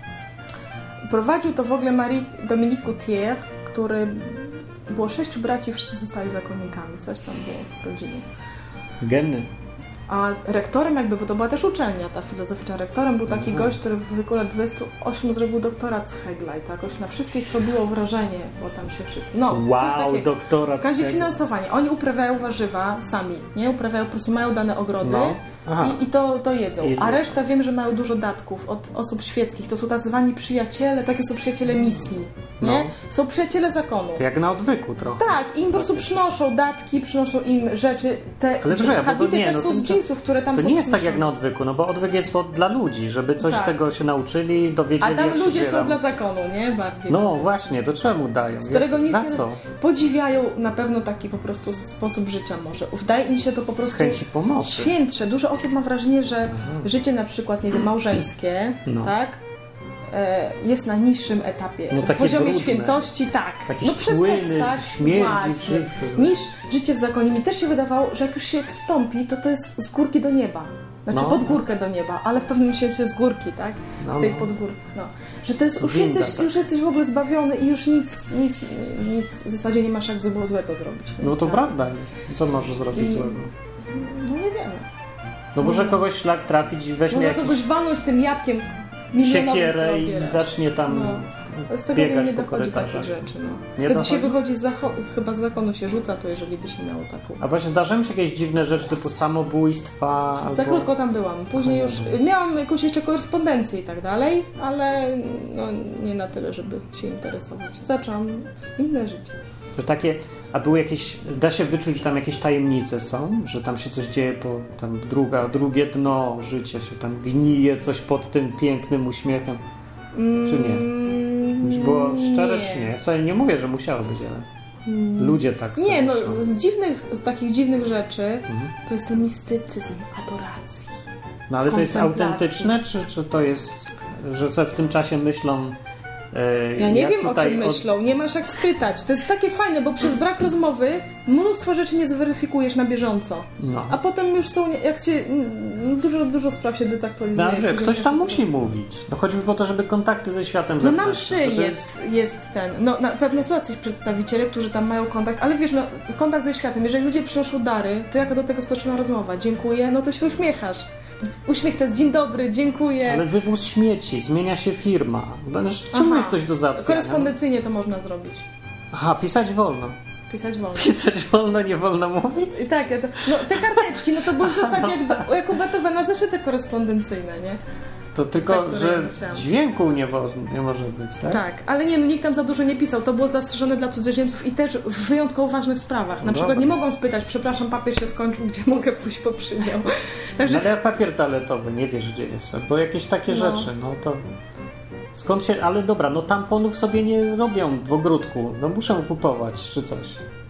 Prowadził to w ogóle Dominique Coutier, który było 6 braci, wszyscy zostali zakonnikami. Coś tam było w rodzinie. Geny. A rektorem jakby, bo to była też uczelnia ta filozoficzna, rektorem był taki gość, który w wieku lat 28 zrobił doktorat z Hegla i to jakoś na wszystkich robiło wrażenie, bo tam się wszyscy... No, coś Wow, takiego. doktorat. W każdym razie finansowanie. Oni uprawiają warzywa sami, nie? Uprawiają, po prostu mają dane ogrody i to jedzą. A reszta wiem, że mają dużo datków od osób świeckich. To są tak zwani przyjaciele, takie są przyjaciele misji, nie? Są przyjaciele zakonu. To jak na odwyku trochę. Tak, im po prostu przynoszą datki, przynoszą im rzeczy. Te habity też są z jeansów, które tam to są. To nie jest tak przynoszone. jak na odwyku, no bo odwyk jest dla ludzi, żeby coś z tego się nauczyli, dowiedzieli. A tam ludzie są dla zakonu, nie? Bardziej. No właśnie, to czemu dają? Z którego nic za nie co? Podziwiają na pewno taki po prostu sposób życia może. Wydaje im się to po prostu z chęci pomocy. Świętsze. Dużo osób ma wrażenie, że życie na przykład, nie wiem, małżeńskie, tak? Jest na niższym etapie. No, w poziomie brudne. Świętości, tak. Taki no przez płyny, seks, tak? śmierdzi wszystko. Niż życie w zakonie. Mi też się wydawało, że jak już się wstąpi, to jest z górki do nieba. Znaczy pod górkę do nieba, ale w pewnym sensie z górki, tak? W tej podgórki. No. Że to jest, już jesteś w ogóle zbawiony i już nic w zasadzie nie masz jak złego zrobić. Nie? No to prawda jest. Co może zrobić złego? No nie wiem. No może kogoś szlak trafić i weźmie może kogoś walnąć tym jabłkiem siekierę i zacznie tam z tego biegać nie po dochodzi takich korytarzach. rzeczy. No. Nie Wtedy dochodzi? się wychodzi chyba z zakonu się rzuca, to jeżeli by się miało taką... A właśnie zdarzają się jakieś dziwne rzeczy typu samobójstwa? Za krótko tam byłam. Później już miałam jakąś jeszcze korespondencję i tak dalej, ale no, nie na tyle, żeby się interesować. Zaczęłam inne życie. To takie, a były jakieś, da się wyczuć, że tam jakieś tajemnice są? Że tam się coś dzieje, tam drugie dno życia się tam gnije coś pod tym pięknym uśmiechem? Czy nie? Już było szczere, czy nie? Wcale nie mówię, że musiało być, ale ludzie tak są. Nie, no z takich dziwnych rzeczy to jest ten mistycyzm adoracji. No ale to jest autentyczne, czy to jest, że co w tym czasie myślą? Ja nie wiem, o czym myślą, nie masz jak spytać. To jest takie fajne, bo przez brak rozmowy mnóstwo rzeczy nie zweryfikujesz na bieżąco. No. A potem już są, jak się dużo spraw się dezaktualizuje. No, ktoś tam musi mówić. No choćby po to, żeby kontakty ze światem No na mszy jest ten. No na pewno są jacyś przedstawiciele, którzy tam mają kontakt, ale wiesz, no kontakt ze światem. Jeżeli ludzie przynoszą dary, to jaka do tego spoczywa rozmowa? Dziękuję, no to się uśmiechasz. Uśmiech to jest dzień dobry, dziękuję. Ale wywóz śmieci, zmienia się firma. Czemu jest coś do załatwienia? Korespondencyjnie to można zrobić. Aha, pisać wolno. Pisać wolno. Pisać wolno, nie wolno mówić? I tak, no te karteczki, no to były w zasadzie jak u Beethovena zeszyty korespondencyjne, nie? To tylko, tak, że dźwięku nie może być, tak? Tak, ale nie, no nikt tam za dużo nie pisał. To było zastrzeżone dla cudzoziemców i też w wyjątkowo ważnych sprawach. Na przykład nie mogą spytać, przepraszam, papier się skończył, gdzie mogę pójść po przydział. Także... Ale papier toaletowy, nie wiesz gdzie jest, bo jakieś takie rzeczy, no to... Skąd się... Ale dobra, no tamponów sobie nie robią w ogródku, no muszą kupować czy coś.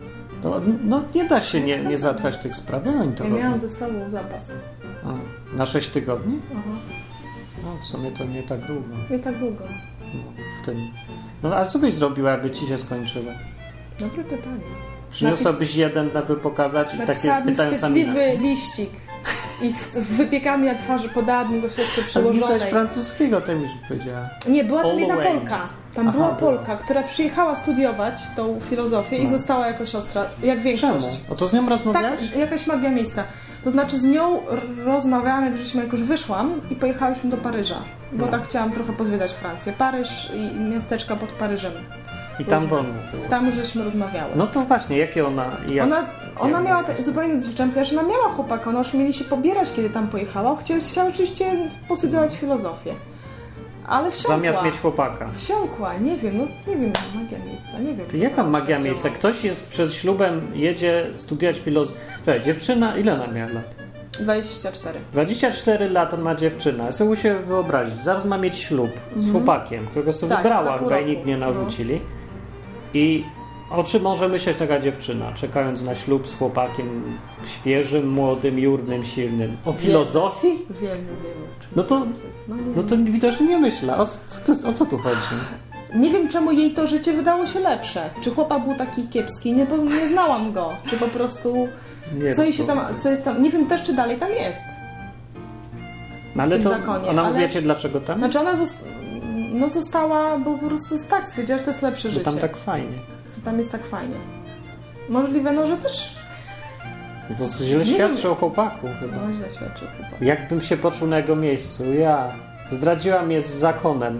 No nie da się nie załatwiać tych spraw, no oni to robią. Miałam ze sobą zapas. Na 6 tygodni? Aha. No w sumie to nie tak długo. Nie tak długo. No, w tym. No a co byś zrobiła, aby ci się skończyły? Dobre pytanie. Przyniosłabyś jeden, aby pokazać i takie pytająca mina. liścik i z wypiekami na twarzy podałabym go siostrze przyłożonej. Ale francuskiego, to już powiedziała. Nie, była tam jedna Always. Polka. Tam była Polka, która przyjechała studiować tą filozofię i została jako siostra, jak większość. Czemu? O to z nią rozmawiałaś? Tak, jakaś magia miejsca. To znaczy z nią rozmawiałam, jak już wyszłam i pojechałyśmy do Paryża, bo tak chciałam trochę pozwiedzać Francję. Paryż i miasteczka pod Paryżem. I tam wolno było. Tam już żeśmy rozmawiały. No to właśnie, jakie ona... Ona miała zupełnie dziewczynkę, że ona miała chłopaka, ona już mieli się pobierać, kiedy tam pojechała. Chciała oczywiście postudiować filozofię. Ale wsiąkła. Zamiast mieć chłopaka. Wsiąkła, nie wiem, magia miejsca, nie wiem. Jaka magia miejsca? Ktoś jest przed ślubem, jedzie studiować filozofię. Dziewczyna, ile ona miała lat? 24. 24 lat ma dziewczyna. Ja sobie się wyobrazić. Zaraz ma mieć ślub z chłopakiem, którego sobie wybrała, chyba i nikt nie narzucili. I O czym może myśleć taka dziewczyna, czekając na ślub z chłopakiem świeżym, młodym, jurnym, silnym? O filozofii? Wiem. No to widocznie nie myśla. O co tu chodzi? Nie wiem, czemu jej to życie wydało się lepsze. Czy chłopak był taki kiepski? Nie znałam go. Czy po prostu... Co jest tam... Nie wiem też, czy dalej tam jest. No, ale w tym to zakonie. ona wiecie, dlaczego tam Znaczy ona została, bo po prostu tak stwierdziła, że to jest lepsze życie. Tam tak fajnie. Tam jest tak fajnie. Możliwe, no, że też... To źle świadczy o chłopaku chyba. No, źle świadczy o chłopaku. Jakbym się poczuł na jego miejscu? Ja. Zdradziła mnie z zakonem.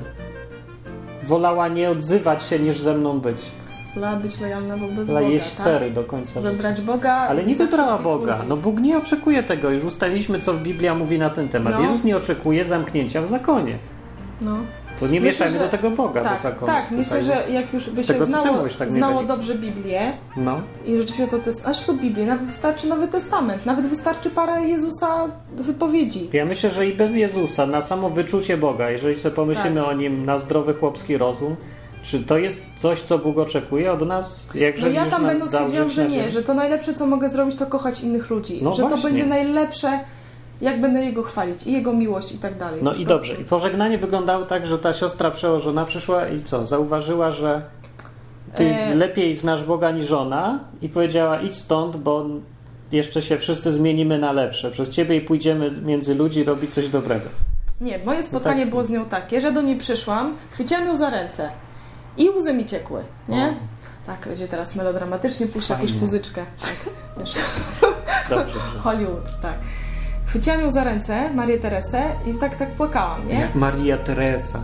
Wolała nie odzywać się, niż ze mną być. Wolała być lojalna wobec Boga, Wolała jeść tak? sery do końca Wybrać życia. Boga. Ale nie wybrała Boga. Ludzi. No Bóg nie oczekuje tego. Już ustaliliśmy, co Biblia mówi na ten temat. No. Jezus nie oczekuje zamknięcia w zakonie. No. To nie mieszajmy że... do tego Boga, tak, do zakonu. Tak, myślę, że jak już by się znało dobrze Biblię i rzeczywiście to jest... Aż to Biblię, nawet wystarczy Nowy Testament, nawet wystarczy parę Jezusa wypowiedzi. Ja myślę, że i bez Jezusa, na samo wyczucie Boga, jeżeli sobie pomyślimy o Nim na zdrowy chłopski rozum, czy to jest coś, co Bóg oczekuje od nas? No ja tam będę stwierdziłam, że nie, że to najlepsze, co mogę zrobić, to kochać innych ludzi. No że właśnie. to będzie najlepsze, jak będę Jego chwalić i Jego miłość i tak dalej. No i dobrze. I pożegnanie wyglądało tak, że ta siostra przełożona przyszła i co? Zauważyła, że ty lepiej znasz Boga niż ona i powiedziała, idź stąd, bo jeszcze się wszyscy zmienimy na lepsze. Przez ciebie i pójdziemy między ludzi robić coś dobrego. Nie, moje spotkanie było z nią takie, że do niej przyszłam, chwyciłam ją za ręce i łzy mi ciekły, nie? O. Tak, będzie teraz melodramatycznie, puszczę jakąś muzyczkę. Tak, wiesz. Dobrze. Hollywood, tak. Chwyciłam ją za ręce, Marię Teresę i tak płakałam, nie? Jak Maria Teresa.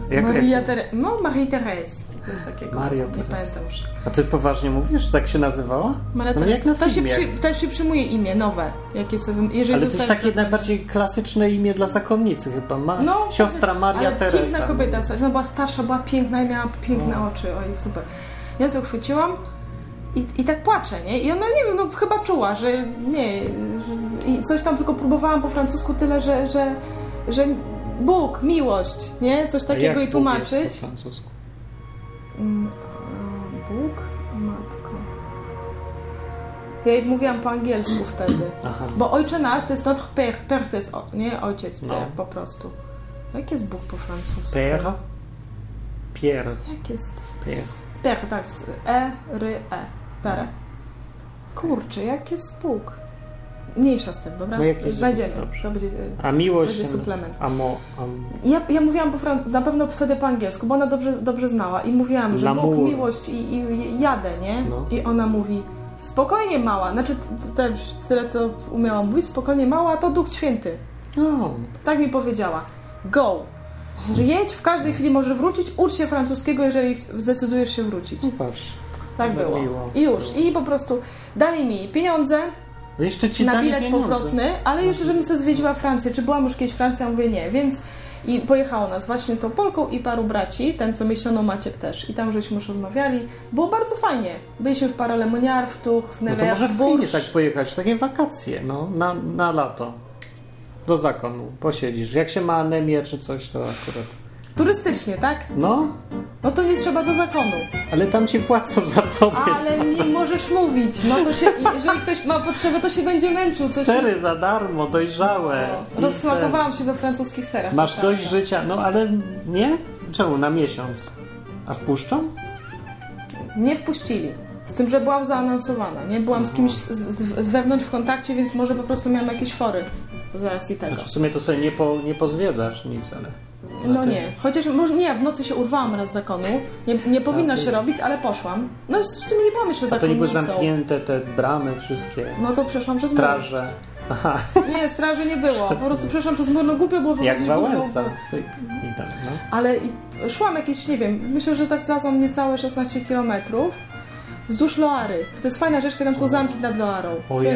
No, Marie Therese. Coś takiego. Maria nie pamiętam już. A ty poważnie mówisz, że tak się nazywała? Maria Teresa. To się przyjmuje imię nowe. Jakie sobie, jeżeli ale to jest takie najbardziej klasyczne imię dla zakonnicy chyba. Siostra Maria Teresa. Piękna kobieta. Ona była starsza, była piękna i miała piękne oczy. Oj, super. Ja ją chwyciłam i tak płaczę, nie? I ona, nie wiem, no chyba czuła, że nie... I coś tam tylko próbowałam po francusku tyle, że Bóg, miłość, nie? Coś takiego i tłumaczyć. Bóg jest po francusku? Bóg? Matko. Ja jej mówiłam po angielsku wtedy. Aha. Bo Ojcze Nasz to jest notre père. Père to jest, nie? Ojciec, père po prostu. Jak jest Bóg po francusku? Père? Pierre. Jak jest? Père. Père, tak. E-R-E. Père. Kurczę, jak jest Bóg? Mniejsza z tym, dobra? No znajdziemy. To będzie, a miłość będzie suplement. Ja mówiłam na pewno wtedy po angielsku, bo ona dobrze znała i mówiłam, że Bóg, miłość i jadę, nie? No. I ona mówi, spokojnie mała, znaczy tyle co umiałam mówić, spokojnie mała, to Duch Święty. No. Tak mi powiedziała. Go. Że jedź, w każdej chwili możesz wrócić, ucz się francuskiego, jeżeli zdecydujesz się wrócić. No patrz. Tak było. I już. I po prostu dali mi pieniądze jeszcze ci na bilet pieniądze. Powrotny, ale jeszcze żebym sobie zwiedziła Francję. Czy byłam już kiedyś w Francji? Ja mówię nie, więc i pojechało nas właśnie tą Polką i paru braci, ten co myślono Maciek też. I tam żeśmy już rozmawiali. Było bardzo fajnie. Byliśmy w Paralemoniar, w Tuch, w Nevers, no to może w fajnie Bourges. tak pojechać, takie wakacje, no, na lato. Do zakonu, posiedzisz. Jak się ma anemię czy coś, to akurat... Turystycznie, tak? No. No to nie trzeba do zakonu. Ale tam ci płacą za pobyt. Ale nie możesz mówić. No to się, jeżeli ktoś ma potrzebę, to się będzie męczył. To sery się... za darmo, dojrzałe. No, rozsmakowałam się we francuskich serach. Masz dość życia, no ale nie? Czemu? Na miesiąc. A wpuszczą? Nie wpuścili. Z tym, że byłam zaanonsowana, nie? Byłam z kimś z wewnątrz w kontakcie, więc może po prostu miałam jakieś fory z racji tego. Znaczy w sumie to sobie nie pozwiedzasz nic, ale... No nie, chociaż może nie, w nocy się urwałam raz z zakonu, nie powinno się robić, ale poszłam. No w sumie nie byłam jeszcze zakonnicą. A to nie były zamknięte te bramy wszystkie? No to przeszłam przez straże. Aha. Nie, straży nie było, po prostu przeszłam przez mur, no głupio było. Jak Wałęsa. No. Ale szłam jakieś, nie wiem, myślę, że tak znalazłam niecałe 16 kilometrów wzdłuż Loary. To jest fajna rzecz, kiedy tam są zamki nad Loarą.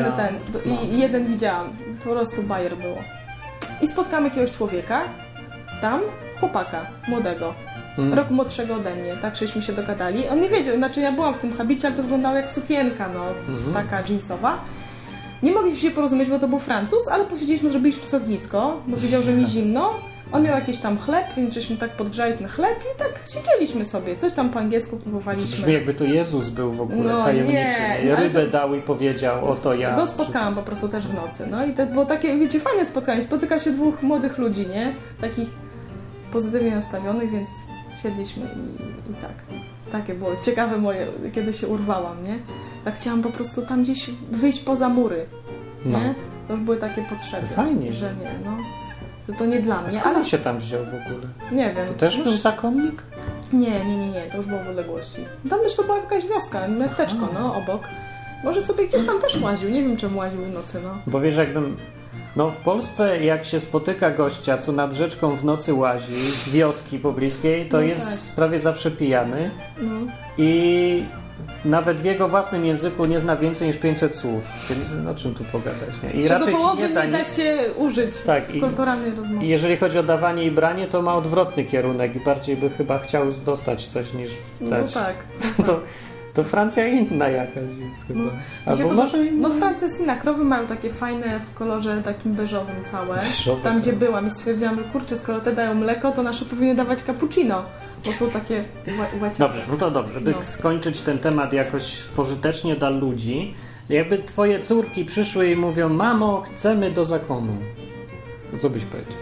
I jeden widziałam, po prostu bajer było. I spotkałam jakiegoś człowieka, tam chłopaka, młodego, rok młodszego ode mnie, tak żeśmy się dogadali. On nie wiedział, znaczy ja byłam w tym habicie, ale to wyglądało jak sukienka, no, taka jeansowa. Nie mogliśmy się porozumieć, bo to był Francuz, ale posiedzieliśmy, zrobiliśmy sobie ognisko, bo wiedział, że mi zimno. On miał jakiś tam chleb, więc żeśmy tak podgrzali ten chleb i tak siedzieliśmy sobie. Coś tam po angielsku próbowaliśmy. Brzmi jakby to Jezus był w ogóle No, tajemniczy. nie, Rybę dał i powiedział, oto ja. Go spotkałam po prostu też w nocy. No i to było takie, wiecie, fajne spotkanie. Spotyka się dwóch młodych ludzi, nie? Takich pozytywnie nastawionych, więc siedliśmy i tak. Takie było ciekawe moje, kiedy się urwałam, nie? Tak chciałam po prostu tam gdzieś wyjść poza mury, nie? No. To już były takie potrzeby. Fajnie. Że nie, no. Że to nie dla A mnie. skąd on się tam wziął w ogóle? Nie wiem. To też już... był zakonnik? Nie. To już było w odległości. Tam też to była jakaś wioska, miasteczko, no, obok. Może sobie gdzieś tam też łaził. Nie wiem, czemu łaził w nocy, no. Bo wiesz, jakbym... No w Polsce jak się spotyka gościa, co nad rzeczką w nocy łazi, z wioski pobliskiej, to No jest tak. prawie zawsze pijany No. i nawet w jego własnym języku nie zna więcej niż 500 słów. Więc o czym tu pogadać, nie? I Z czego raczej ci połowy nie da nie da nic. się użyć Tak, w kulturalnej rozmowie. I jeżeli chodzi o dawanie i branie, to ma odwrotny kierunek i bardziej by chyba chciał dostać coś niż No dać. tak. To Francja inna jakaś jest chyba. No, Albo może... No Francja jest inna. Krowy mają takie fajne w kolorze takim beżowym całe. Beżowe, Tam, gdzie tak. byłam i stwierdziłam, że kurczę, skoro te dają mleko, to nasze powinny dawać cappuccino. Bo są takie łaciate. Dobrze, no to dobrze. Żeby skończyć ten temat jakoś pożytecznie dla ludzi, jakby twoje córki przyszły i mówią, mamo, chcemy do zakonu. To co byś powiedział?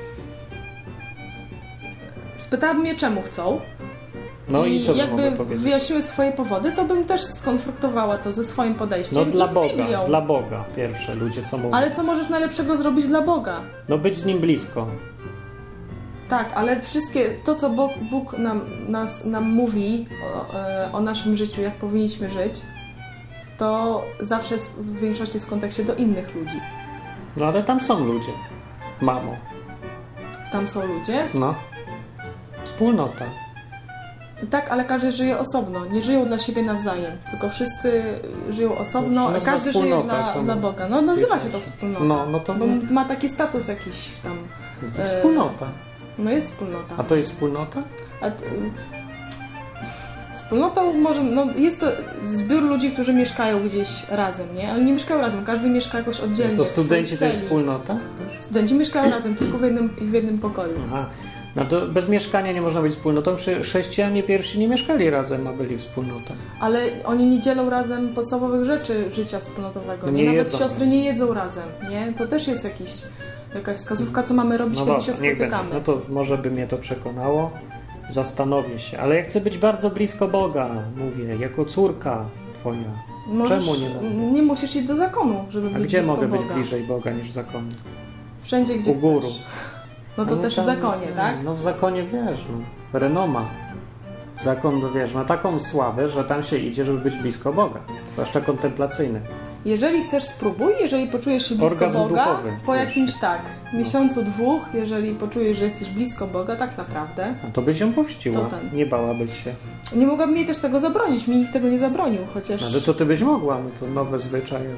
Spytałam mnie, czemu chcą. No i co bym jakby mogła powiedzieć? wyjaśniły swoje powody, to bym też skonfrontowała to ze swoim podejściem. No i dla z Boga, Biblią. dla Boga pierwsze ludzie co mówią. Ale co możesz najlepszego zrobić dla Boga? No być z nim blisko. Tak, ale wszystkie, to co Bóg nam mówi o naszym życiu, jak powinniśmy żyć, to zawsze jest w większości jest w kontekście do innych ludzi. No ale tam są ludzie. Mamo. Tam są ludzie. No. Wspólnota. Tak, ale każdy żyje osobno. Nie żyją dla siebie nawzajem. Tylko wszyscy żyją osobno, To się nazywa każdy żyje wspólnota, dla Boga. No nazywa się to wspólnota. No to Bo ma taki status jakiś tam. to wspólnota. No jest wspólnota. A to jest wspólnota? Wspólnotą może, no jest to zbiór ludzi, którzy mieszkają gdzieś razem, nie? Ale nie mieszkają razem, każdy mieszka jakoś oddzielnie. To w swojej studenci to jest celi. wspólnota? Studenci mieszkają razem, tylko w jednym pokoju. Aha. No to bez mieszkania nie można być wspólnotą. Chrześcijanie pierwsi nie mieszkali razem, a byli wspólnotą. Ale oni nie dzielą razem podstawowych rzeczy życia wspólnotowego. No Nie? nie Nawet jedzą. siostry nie jedzą razem, nie? To też jest jakaś wskazówka, co mamy robić, No kiedy dobrze, się niech spotykamy. będzie. No to może by mnie to przekonało. Zastanowię się. Ale ja chcę być bardzo blisko Boga, mówię, jako córka twoja. Czemu nie mogę? Nie musisz iść do zakonu, żeby A być gdzie blisko mogę być Boga. bliżej Boga niż w zakonie? Wszędzie, gdzie U góru. chcesz. No to też w tam- zakonie, tak? No w zakonie wiesz, no, renoma. Zakon, to wiesz, ma taką sławę, że tam się idzie, żeby być blisko Boga. Zwłaszcza kontemplacyjny. Jeżeli chcesz, spróbuj. Jeżeli poczujesz się blisko Orgazm Boga, duchowy, po wiesz. jakimś miesiącu, dwóch, jeżeli poczujesz, że jesteś blisko Boga, tak naprawdę, A to byś ją puściła. To ten. Nie bałabyś się. nie mogłabym jej też tego zabronić. Mi nikt tego nie zabronił, chociaż... No, ale to ty byś mogła, no to nowe zwyczaje.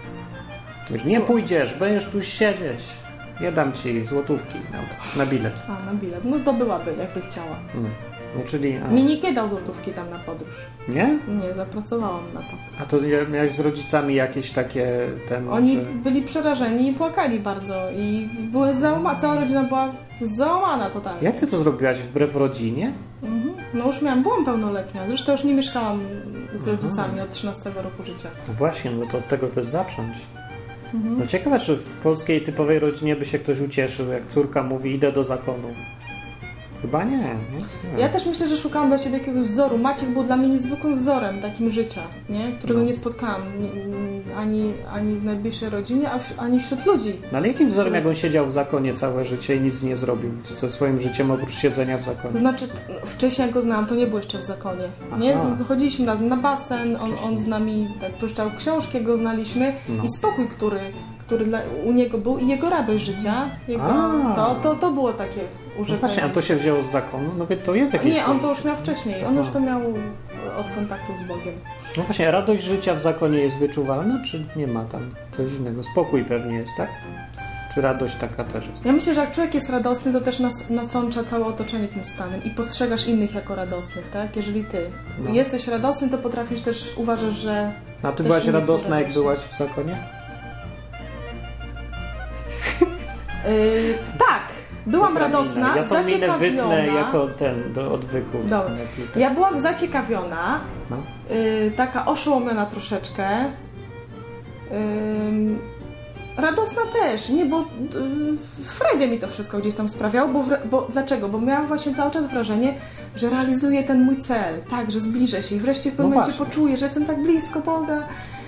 Nie Co? pójdziesz, będziesz tu siedzieć. Ja dam ci złotówki na bilet. A, na bilet. No zdobyłaby, jakby chciała. No czyli... Mi nikt nie dał złotówki tam na podróż. Nie? Nie, zapracowałam na to. A to miałeś z rodzicami jakieś takie... Oni że... byli przerażeni i płakali bardzo. I były cała rodzina była załamana totalnie. Jak ty to zrobiłaś wbrew rodzinie? Mhm. No już byłam pełnoletnia. Zresztą już nie mieszkałam z rodzicami od 13 roku życia. No właśnie, no to od tego też zacząć. Mhm. No ciekawe, czy w polskiej typowej rodzinie by się ktoś ucieszył, jak córka mówi, idę do zakonu. Chyba nie. Ja też myślę, że szukałam dla siebie jakiegoś wzoru. Maciek był dla mnie niezwykłym wzorem takim życia, nie? Którego nie spotkałam ani w najbliższej rodzinie, ani wśród ludzi. No ale jakim wzorem, jak on siedział w zakonie całe życie i nic nie zrobił ze swoim życiem oprócz siedzenia w zakonie? To znaczy, wcześniej jak go znałam, to nie było jeszcze w zakonie. Nie? Aha. Chodziliśmy razem na basen, on z nami tak pożyczał książki, jak go znaliśmy No. i spokój, który u niego był i jego radość życia. To było takie No używanie. właśnie, a to się wzięło z zakonu? No wie, to jest jakieś... Nie, on to już miał wcześniej. On już to miał od kontaktu z Bogiem. No właśnie, radość życia w zakonie jest wyczuwalna, czy nie ma tam coś innego? Spokój pewnie jest, tak? Czy radość taka też jest? Ja myślę, że jak człowiek jest radosny, to też nasącza całe otoczenie tym stanem i postrzegasz innych jako radosnych, tak? Jeżeli ty jesteś radosny, to potrafisz też, uważasz, że... A ty też byłaś inni są radosna, jak radosni. byłaś w zakonie? Tak, byłam Dobra, radosna, ja tą minę wytnę zaciekawiona. jako do odwyku. Dobra. Ja byłam zaciekawiona, No. taka oszołomiona troszeczkę. Radosna też, nie, bo frajdę mi to wszystko gdzieś tam sprawiało, bo dlaczego? Bo miałam właśnie cały czas wrażenie, że realizuję ten mój cel, tak, że zbliżę się i wreszcie w pewnym momencie poczuję, że jestem tak blisko Boga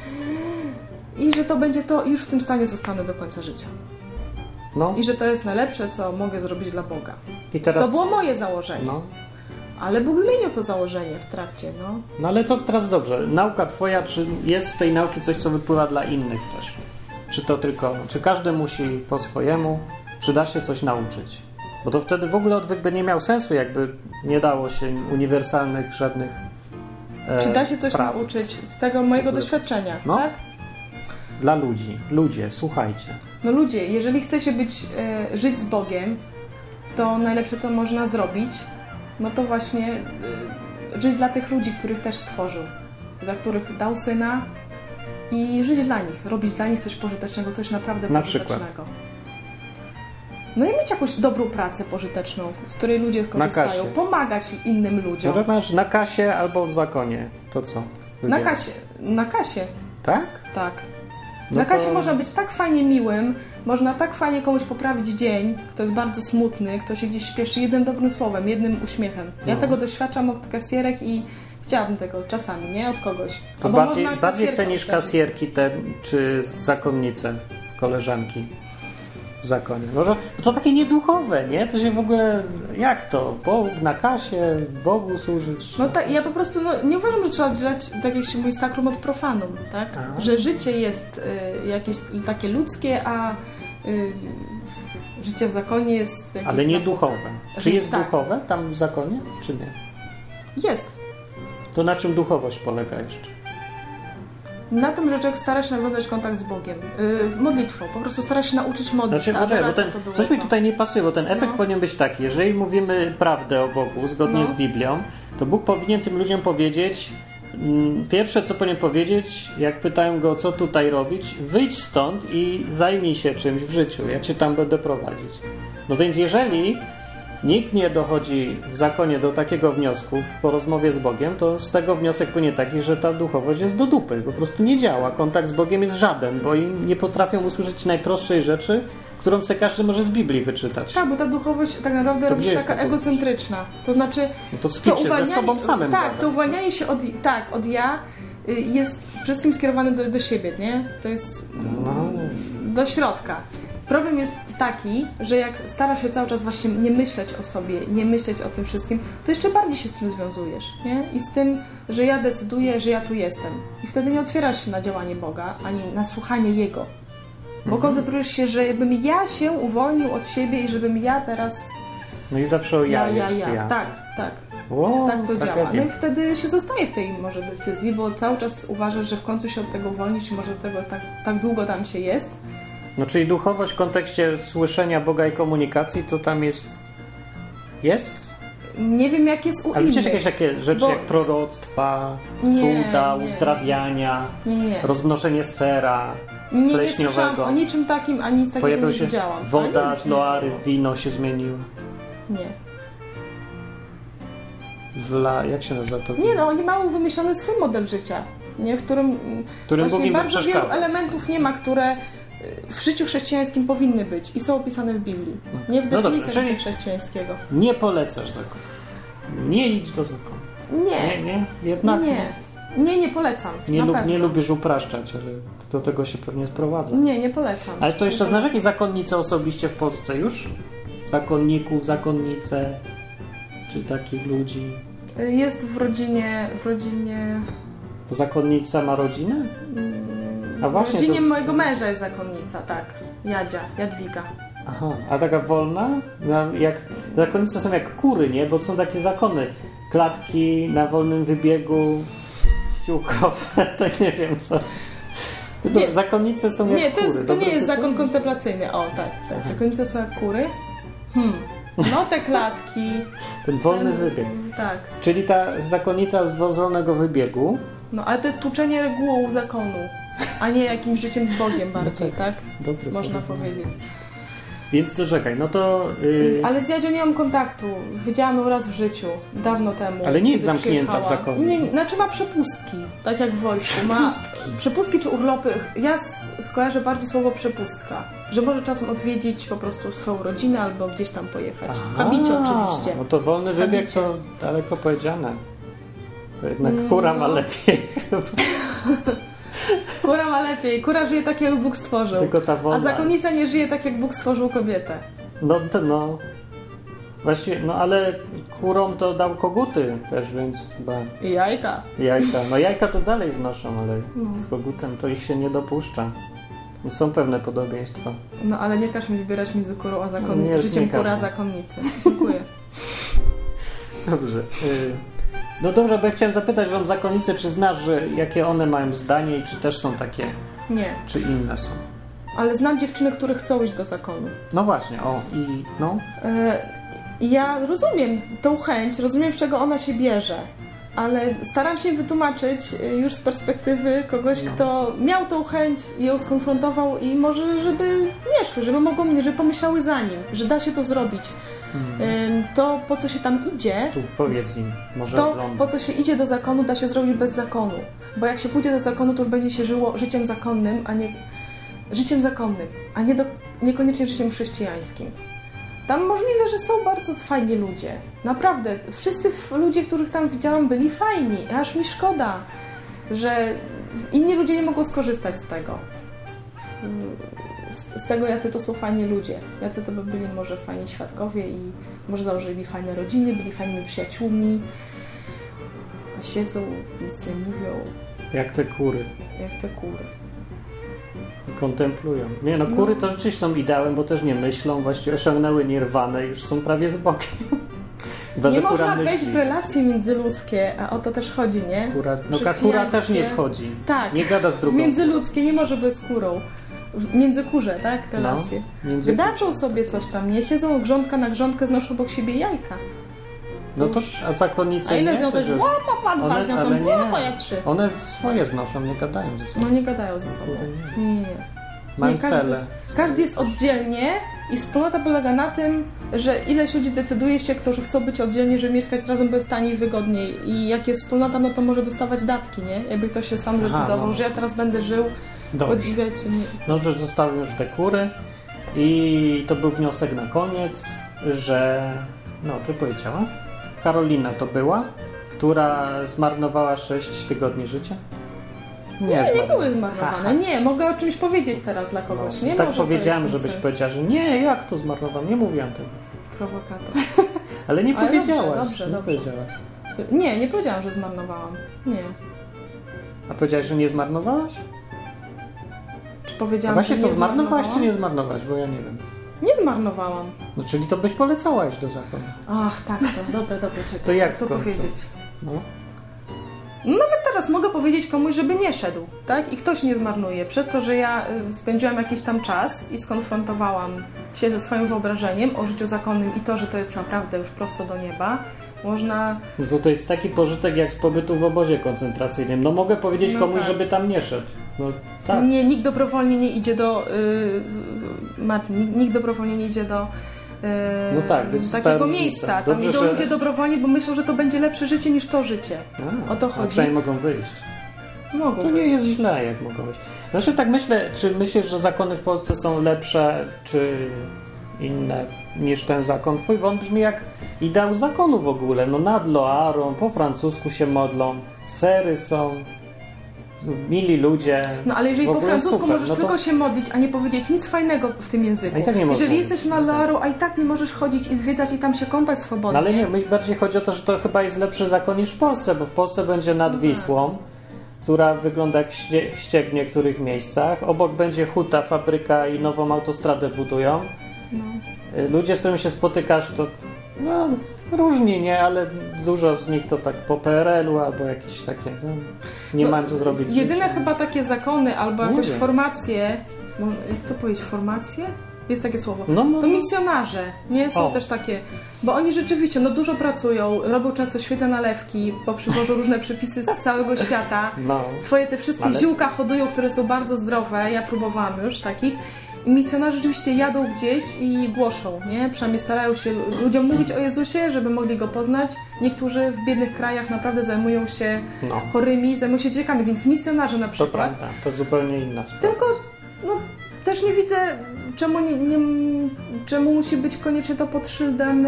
i że to będzie to i już w tym stanie zostanę do końca życia. No. I że to jest najlepsze, co mogę zrobić dla Boga. I teraz... To było moje założenie. No. Ale Bóg zmienił to założenie w trakcie, no. No ale to teraz dobrze. Nauka twoja, czy jest z tej nauki coś, co wypływa dla innych też? Czy to tylko, czy każdy musi po swojemu, czy da się coś nauczyć? Bo to wtedy w ogóle odwyk by nie miał sensu, jakby nie dało się uniwersalnych żadnych Czy da się coś praw. nauczyć z tego mojego doświadczenia, No. tak? Dla ludzi. Ludzie, słuchajcie. No ludzie, jeżeli chce się żyć z Bogiem, to najlepsze, co można zrobić, no to właśnie żyć dla tych ludzi, których też stworzył, za których dał Syna i żyć dla nich, robić dla nich coś pożytecznego, coś naprawdę Na pożytecznego. przykład. No i mieć jakąś dobrą pracę pożyteczną, z której ludzie korzystają, pomagać innym ludziom. No to masz na kasie albo w zakonie. To co? Na kasie, Tak? tak. No Na kasie to- można być tak fajnie miłym, można tak fajnie komuś poprawić dzień, kto jest bardzo smutny, kto się gdzieś śpieszy jednym dobrym słowem, jednym uśmiechem. Ja No. tego doświadczam od kasjerek i chciałabym tego czasami, nie? Od kogoś. To Albo bardziej można kasjerkę cenisz odprawić. kasjerki te, czy zakonnice, koleżanki w zakonie? Może to takie nieduchowe, nie? To się w ogóle, jak to? Bóg na kasie, Bogu służyć? No tak, ja po prostu nie uważam, że trzeba oddzielać tak jak się mówi sakrum od profanum, tak? A. Że życie jest jakieś takie ludzkie, a życie w zakonie jest jakieś... Ale nie duchowe. Czy jest tak. duchowe tam w zakonie, czy nie? Jest. To na czym duchowość polega jeszcze? Na tym, że człowiek stara się nawiązać kontakt z Bogiem. Modlitwą. Po prostu stara się nauczyć modlić. Znaczy, Ta bo adoracja ten, to było coś mi to. tutaj nie pasuje, bo ten efekt No. powinien być taki, jeżeli mówimy prawdę o Bogu zgodnie No. z Biblią, to Bóg powinien tym ludziom powiedzieć, pierwsze co powinien powiedzieć, jak pytają go, co tutaj robić, wyjdź stąd i zajmij się czymś w życiu, ja cię tam będę prowadzić. No więc jeżeli nikt nie dochodzi w zakonie do takiego wniosku po rozmowie z Bogiem, to z tego wniosek płynie taki, że ta duchowość jest do dupy, po prostu nie działa, kontakt z Bogiem jest żaden, bo im nie potrafią usłyszeć najprostszej rzeczy, którą se każdy może z Biblii wyczytać. Tak, bo ta duchowość tak naprawdę To robi gdzie się jest taka ta duchowość? egocentryczna. To znaczy... No to z kim się ze sobą samym Tak, gada. to uwalnianie się od ja jest przede wszystkim skierowane do siebie, nie? To jest No. do środka. Problem jest taki, że jak stara się cały czas właśnie nie myśleć o sobie, nie myśleć o tym wszystkim, to jeszcze bardziej się z tym związujesz, nie? I z tym, że ja decyduję, że ja tu jestem. I wtedy nie otwierasz się na działanie Boga, ani na słuchanie Jego. Bo koncentrujesz się, żebym ja się uwolnił od siebie i żebym ja teraz... No i zawsze o ja jest ja. Tak, tak. Wow, Tak to działa. tragedia. No i wtedy się zostaje w tej może decyzji, bo cały czas uważasz, że w końcu się od tego uwolnisz i może tego tak długo tam się jest. No czyli duchowość w kontekście słyszenia Boga i komunikacji, to tam jest... Jest? Nie wiem, jak jest u Ale wiecie innych. jakieś takie rzeczy Bo- jak proroctwa, Nie, cuda, nie. uzdrawiania, Nie. rozmnoszenie sera Nie słyszałam pleśniowego. o niczym takim, ani z takiego Pojawił nie się widziałam. woda Ale z Loary w wino się zmieniła. Nie. Jak się nazywa to? Nie no, oni mają wymyślony swój model życia, nie? W którym Którym Bóg właśnie im bardzo wielu przeszkadza. elementów nie ma, które w życiu chrześcijańskim powinny być i są opisane w Biblii. Nie w No dobrze, definicji czyli- życia chrześcijańskiego. Nie polecasz zakonu. Nie idź do zakonu. Nie, jednak Nie polecam. nie, na pewno. nie lubisz upraszczać, ale do tego się pewnie sprowadza. Nie polecam. Ale to jeszcze Nie znasz jakieś zakonnice osobiście w Polsce już? Zakonników, zakonnice, czy takich ludzi? Jest w rodzinie To zakonnica ma rodzinę? A w właśnie. rodzinie to... mojego męża jest zakonnica, tak. Jadwiga. Aha, a taka wolna? Jak zakonnice są jak kury, nie? Bo są takie zakony. Klatki na wolnym wybiegu, ściółkowe, tak nie wiem co. Nie. Zakonnice są jak Nie, kury. to nie jest tytuł? zakon kontemplacyjny. O, tak. Zakonnice są jak kury. No te klatki. Ten wolny wybieg. Tak. Czyli ta zakonnica z wolnego wybiegu. No, ale to jest tłuczenie regułą zakonu, a nie jakimś życiem z Bogiem bardziej, tak? Dobry Można porównanie. powiedzieć. Więc to czekaj, no to... Ale z Jadzią nie mam kontaktu. Widziałam ją raz w życiu, dawno temu. Ale nie jest kiedy zamknięta w przyjechała. zakonie. Nie, znaczy ma przepustki, tak jak w wojsku. Ma przepustki czy urlopy. Ja skojarzę bardziej słowo przepustka. Że może czasem odwiedzić po prostu swoją rodzinę albo gdzieś tam pojechać. W habicie oczywiście. No to wolny wybieg to daleko powiedziane. To jednak kura ma lepiej. Kura ma lepiej. Kura żyje tak, jak Bóg stworzył. Tylko ta wolna. A zakonnica nie żyje tak, jak Bóg stworzył kobietę. No. Właściwie, no ale kurom to dał koguty też, więc chyba... I jajka. Jajka. No jajka to dalej znoszą, ale z kogutem to ich się nie dopuszcza. Są pewne podobieństwa. No ale nie każ mi wybierać między kurą a Nie, życiem nie kura a każę. zakonnicy. Dziękuję. Dobrze. No dobrze, bo ja chciałem zapytać wam zakonnice, czy znasz, że jakie one mają zdanie i czy też są takie, Nie. czy inne są? Ale znam dziewczyny, które chcą iść do zakonu. No właśnie, o i no. Ja rozumiem tą chęć, rozumiem, z czego ona się bierze, ale staram się wytłumaczyć już z perspektywy kogoś, kto miał tą chęć i ją skonfrontował i może, żeby nie szły, żeby pomyślały za nim, że da się to zrobić. To, po co się tam idzie, Tu powiedz im, może to oglądam. po co się idzie do zakonu, da się zrobić bez zakonu. Bo jak się pójdzie do zakonu, to już będzie się żyło życiem zakonnym, a niekoniecznie życiem chrześcijańskim. Tam możliwe, że są bardzo fajni ludzie. Naprawdę. Wszyscy ludzie, których tam widziałam, byli fajni. Aż mi szkoda, że inni ludzie nie mogą skorzystać z tego. Z tego, jacy to są fajni ludzie. Jacy to by byli może fajni świadkowie i może założyli fajne rodziny, byli fajnymi przyjaciółmi. A siedzą, nic nie mówią. Jak te kury. Jak te kury. Kontemplują. Nie no, kury to rzeczywiście są ideałem, bo też nie myślą, właściwie osiągnęły nirwanę i już są prawie z bokiem. Chyba, Nie można wejść w relacje międzyludzkie, a o to też chodzi, nie? Kura też nie wchodzi. Tak. Nie gada z drugą. Międzyludzkie nie może bez kurą. Międzykurze, tak? Relacje. Wydaczą sobie coś tam, nie? Siedzą grządka na grządkę, znoszą obok siebie jajka. No to, a zakonnice a ile nie? zniosą? Dwa zniosą, ja 3. One swoje znoszą, nie gadają ze sobą. No nie gadają ze sobą. Nie. Mają cele. Każdy jest oddzielnie i wspólnota polega na tym, że ileś ludzi decyduje się, którzy chcą być oddzielnie, żeby mieszkać razem, bo jest taniej i wygodniej. I jak jest wspólnota, no to może dostawać datki, nie? Jakby ktoś się sam zdecydował, że ja teraz będę żył, podziwiajcie mnie. Dobrze, zostały już te kury i to był wniosek na koniec, że ty powiedziała? Karolina to była, która zmarnowała 6 tygodni życia? Nie były zmarnowane. Nie, mogę o czymś powiedzieć teraz dla kogoś. Nie tak może powiedziałem, żebyś powiedziała, że nie, jak to zmarnowałam? Nie mówiłam tego. Prowokator. Ale nie powiedziałaś. Dobrze. Powiedziałaś. Nie powiedziałam, że zmarnowałam. Nie. A powiedziałaś, że nie zmarnowałaś? Czy powiedziałam, właśnie że nie co, zmarnowałaś czy nie zmarnowałaś? Bo ja nie wiem. Nie zmarnowałam. No czyli to byś polecała iść do zakonu. Ach, tak, to dobre, czekaj. To jak to powiedzieć? No. Nawet teraz mogę powiedzieć komuś, żeby nie szedł, tak? I ktoś nie zmarnuje. Przez to, że ja spędziłam jakiś tam czas i skonfrontowałam się ze swoim wyobrażeniem o życiu zakonnym i to, że to jest naprawdę już prosto do nieba, można... No to jest taki pożytek jak z pobytu w obozie koncentracyjnym. No mogę powiedzieć komuś, żeby tam nie szedł. No tak. Nie, nikt dobrowolnie nie idzie do... nikt dobrowolnie nie idzie do... No tak, takiego miejsca. Tam idą ludzie dobrowolnie, bo myślą, że to będzie lepsze życie niż to życie. O to chodzi. A przynajmniej mogą wyjść. Mogą to nie jest źle, jak mogą wyjść. Znaczy tak myślę, czy myślisz, że zakony w Polsce są lepsze, czy inne niż ten zakon twój? Bo on brzmi jak ideał zakonu w ogóle. No nad Loarą, po francusku się modlą, sery są, mili ludzie. No ale jeżeli po francusku możesz tylko się modlić, a nie powiedzieć nic fajnego w tym języku. I tak nie jeżeli jesteś na Loarą, a i tak nie możesz chodzić i zwiedzać i tam się kąpać swobodnie. No ale nie, bardziej chodzi o to, że to chyba jest lepszy zakon niż w Polsce, bo w Polsce będzie nad Wisłą, która wygląda jak ściek w niektórych miejscach. Obok będzie huta, fabryka i nową autostradę budują. No. Ludzie, z którymi się spotykasz, to różni, nie? Ale dużo z nich to tak po PRL-u albo jakieś takie, nie mają co zrobić. Jedyne chyba takie zakony albo jakąś formację, jak to powiedzieć, formację? Jest takie słowo. No. To misjonarze, nie? Są O. też takie, bo oni rzeczywiście dużo pracują, robią często świetne nalewki, poprzywożą różne przepisy z całego świata. No. Swoje te wszystkie ziółka hodują, które są bardzo zdrowe. Ja próbowałam już takich. I misjonarze rzeczywiście jadą gdzieś i głoszą, nie? Przynajmniej starają się ludziom mówić o Jezusie, żeby mogli Go poznać. Niektórzy w biednych krajach naprawdę zajmują się chorymi, zajmują się dzieciakami, więc misjonarze na To przykład. prawda, to zupełnie inna sprawa. Tylko też nie widzę, czemu musi być koniecznie to pod szyldem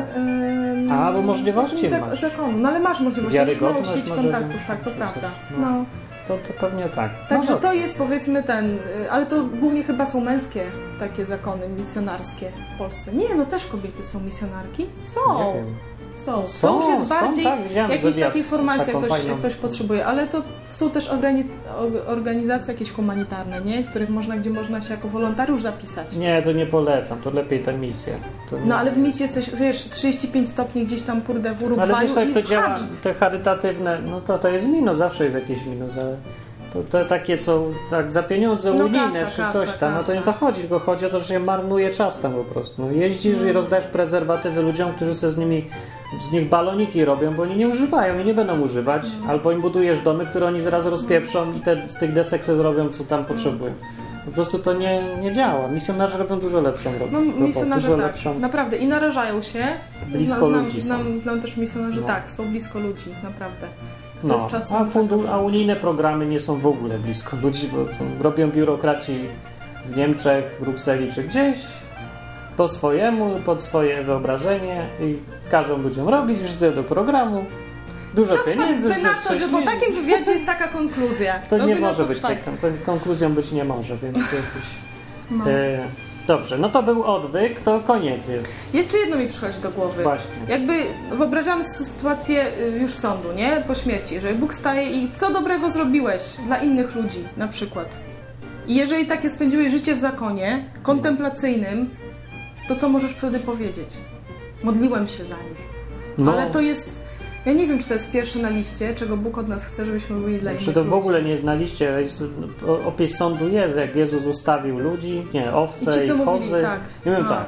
bo możliwości masz. zakonu. No ale masz możliwości, masz małą Wiarygodność sieć może kontaktów, większa, tak, to czy prawda. coś, No. To pewnie tak. Także No, to jest powiedzmy ale to głównie chyba są męskie takie zakony misjonarskie w Polsce. Nie, też kobiety są misjonarki. Są. Nie wiem. Są. Są, To już jest są, bardziej tak, widziałem jakieś wywiad takie z informacje, taką jak fajną- ktoś potrzebuje, ale to są też organizacje jakieś humanitarne, nie? Gdzie można się jako wolontariusz zapisać. Nie, to nie polecam, to lepiej ta misja. To nie. No ale w misji jesteś, wiesz, 35 stopni gdzieś tam w Ale Urugwaju wiesz, jak i to działa, habit. te charytatywne, to jest minus, zawsze jest jakiś minus, ale to takie, co tak za pieniądze unijne czy coś tam, to nie to chodzi, tylko chodzi o to, że się marnuje czas tam po prostu. Jeździsz i rozdajesz prezerwatywy ludziom, którzy sobie z nich baloniki robią, bo oni nie używają i nie będą używać, albo im budujesz domy, które oni zaraz rozpieprzą i z tych desek se zrobią, co tam potrzebują. Po prostu to nie działa. Misjonarze robią dużo lepszą robotę. Misjonarze Dużo tak, lepszą. naprawdę. I narażają się. Blisko ludzi są. Znam też misjonarzy, tak, są blisko ludzi, naprawdę. To jest czasem a unijne programy nie są w ogóle blisko ludzi, bo robią biurokraci w Niemczech, w Brukseli czy gdzieś po swojemu, pod swoje wyobrażenie i każą ludziom robić, wrzucają do programu. Dużo pieniędzy, na to, że po takim wywiadzie jest taka konkluzja. To nie może to być tak. to konkluzją być nie może, więc to jakiś... No. Dobrze, to był odwyk, to koniec jest. Jeszcze jedno mi przychodzi do głowy. Właśnie. Jakby wyobrażamy sobie sytuację już sądu, nie? Po śmierci, że Bóg staje i co dobrego zrobiłeś dla innych ludzi, na przykład. I jeżeli takie spędziłeś życie w zakonie kontemplacyjnym, to co możesz wtedy powiedzieć? Modliłem się za nich. Ale to jest... Ja nie wiem, czy to jest pierwsze na liście, czego Bóg od nas chce, żebyśmy byli dla innych to ludzi. w ogóle nie znaliście. Opis sądu jest, jak Jezus ustawił ludzi, owce i kozy. Mówili, tak. I mówią tak.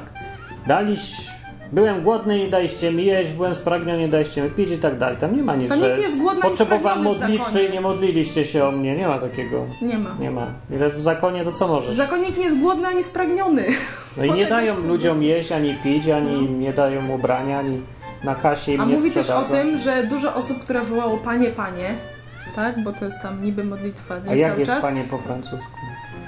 Byłem głodny i daliście mi jeść, byłem spragniony i daliście mi pić i tak dalej. Tam nie ma nic, to że nikt nie jest głodny potrzebowałem ani spragniony w modlitwy zakonie. i nie modliliście się o mnie. Nie ma takiego. Nie ma. Ile w zakonie to co możesz? Zakonnik nie jest głodny ani spragniony. No i nie dają ludziom jeść, ani pić, ani im nie dają ubrania, ani na kasie im A nie mówi też o sprzedadzą. tym, że dużo osób, które wołało Panie, Panie, tak? Bo to jest tam niby modlitwa A jak cały jest czas. Panie po francusku?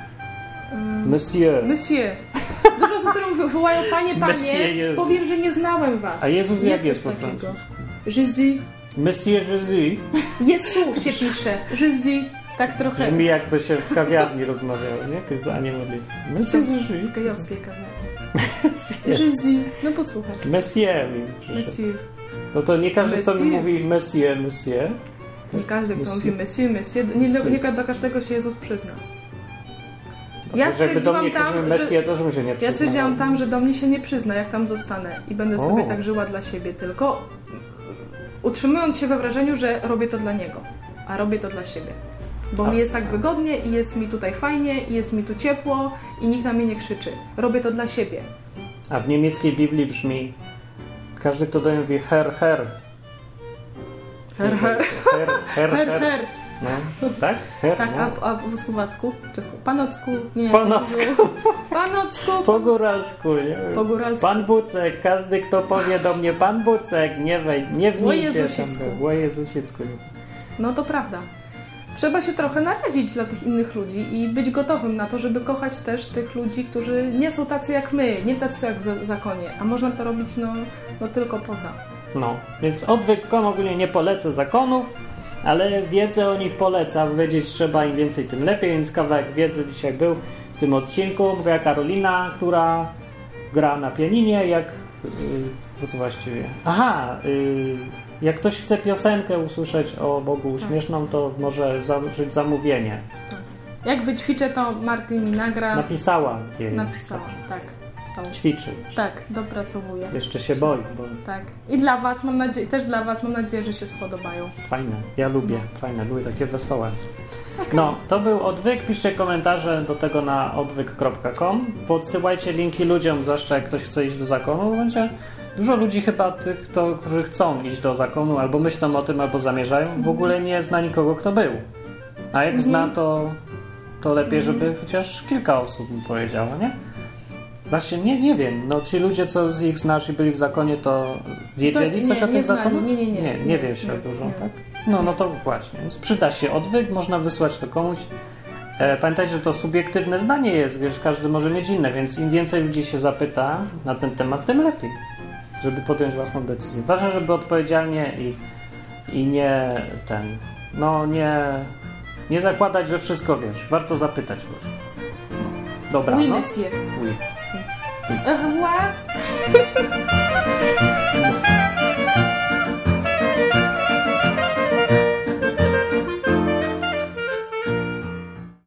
Monsieur. Monsieur. Dużo osób, które wołają Panie, Panie, Monsieur Jezu. powiem, że nie znałem was. A Jezus jak coś jest po takiego. francusku? Jésus. Monsieur Jésus. Jezu się pisze. Jésus. Tak trochę. Brzmi jakby się w kawiarni rozmawiało, nie? Jakieś zdanie modlitwy. Monsieur Jésus. Gejowskiej kawiarni. Jésus. No posłuchaj. Monsieur mi przyszedł. Monsieur. No to nie każdy, kto mi Monsieur. mówi Monsieur. Nie każdy, kto Monsieur. mówi Monsieur. Nie do każdego się Jezus przyzna. To Ja jakby do stwierdziłam mnie tam, każdy Monsieur, to żebym się nie Ja przyznał. stwierdziłam tam, że do mnie się nie przyzna, jak tam zostanę i będę sobie tak żyła dla siebie, tylko utrzymując się we wrażeniu, że robię to dla Niego, a robię to dla siebie. Bo mi jest tak wygodnie i jest mi tutaj fajnie i jest mi tu ciepło i nikt na mnie nie krzyczy. Robię to dla siebie. A w niemieckiej Biblii brzmi każdy, kto do mnie mówi Herr. Her. Herr. No, tak? Herr, Tak, no. a po słowacku? Panocku? Nie. Panocku. Panocku. Po góralsku, nie? Po góralsku. Pan Bucek, każdy kto powie do mnie Pan Bucek, nie wmijcie Łojezusiecku. tam. Łojezusiecku. No to prawda. Trzeba się trochę narazić dla tych innych ludzi i być gotowym na to, żeby kochać też tych ludzi, którzy nie są tacy jak my, nie tacy jak w zakonie, a można to robić no tylko poza. No, więc odwyk ogólnie nie polecę zakonów, ale wiedzę o nich polecam. Wiedzieć trzeba, im więcej, tym lepiej, więc kawałek wiedzy dzisiaj był w tym odcinku. Moja Karolina, która gra na pianinie, co to właściwie? Jak ktoś chce piosenkę usłyszeć o Bogu śmieszną, to może założyć zamówienie. Tak. Jak wyćwiczę, to Martin mi nagra. Napisała jej. Napisała, tak. tą. Ćwiczy. Tak, dopracowuję. Jeszcze się boi. Bo... Tak. I dla was, mam nadzieję, też dla was, mam nadzieję, że się spodobają. Fajne. Ja lubię. Fajne. Były takie wesołe. Okay. No, to był Odwyk. Piszcie komentarze do tego na odwyk.com. Podsyłajcie linki ludziom, zwłaszcza jak ktoś chce iść do zakonu. Będzie dużo ludzi chyba tych, którzy chcą iść do zakonu, albo myślą o tym, albo zamierzają. W ogóle nie zna nikogo, kto był. A jak zna, to lepiej, żeby chociaż kilka osób mi powiedziało, nie? Właśnie nie wiem. No ci ludzie, co z ich znasz i byli w zakonie, to wiedzieli coś o tym zakonie? Nie wie się dużo, tak? No to właśnie. Więc przyda się Odwyk, można wysłać to komuś. Pamiętajcie, że to subiektywne zdanie jest, wiesz, każdy może mieć inne, więc im więcej ludzi się zapyta na ten temat, tym lepiej, żeby podjąć własną decyzję. Ważne, żeby odpowiedzialnie i nie nie zakładać, że wszystko wiesz. Warto zapytać już. Dobra, oui, monsieur. Oui. Au revoir.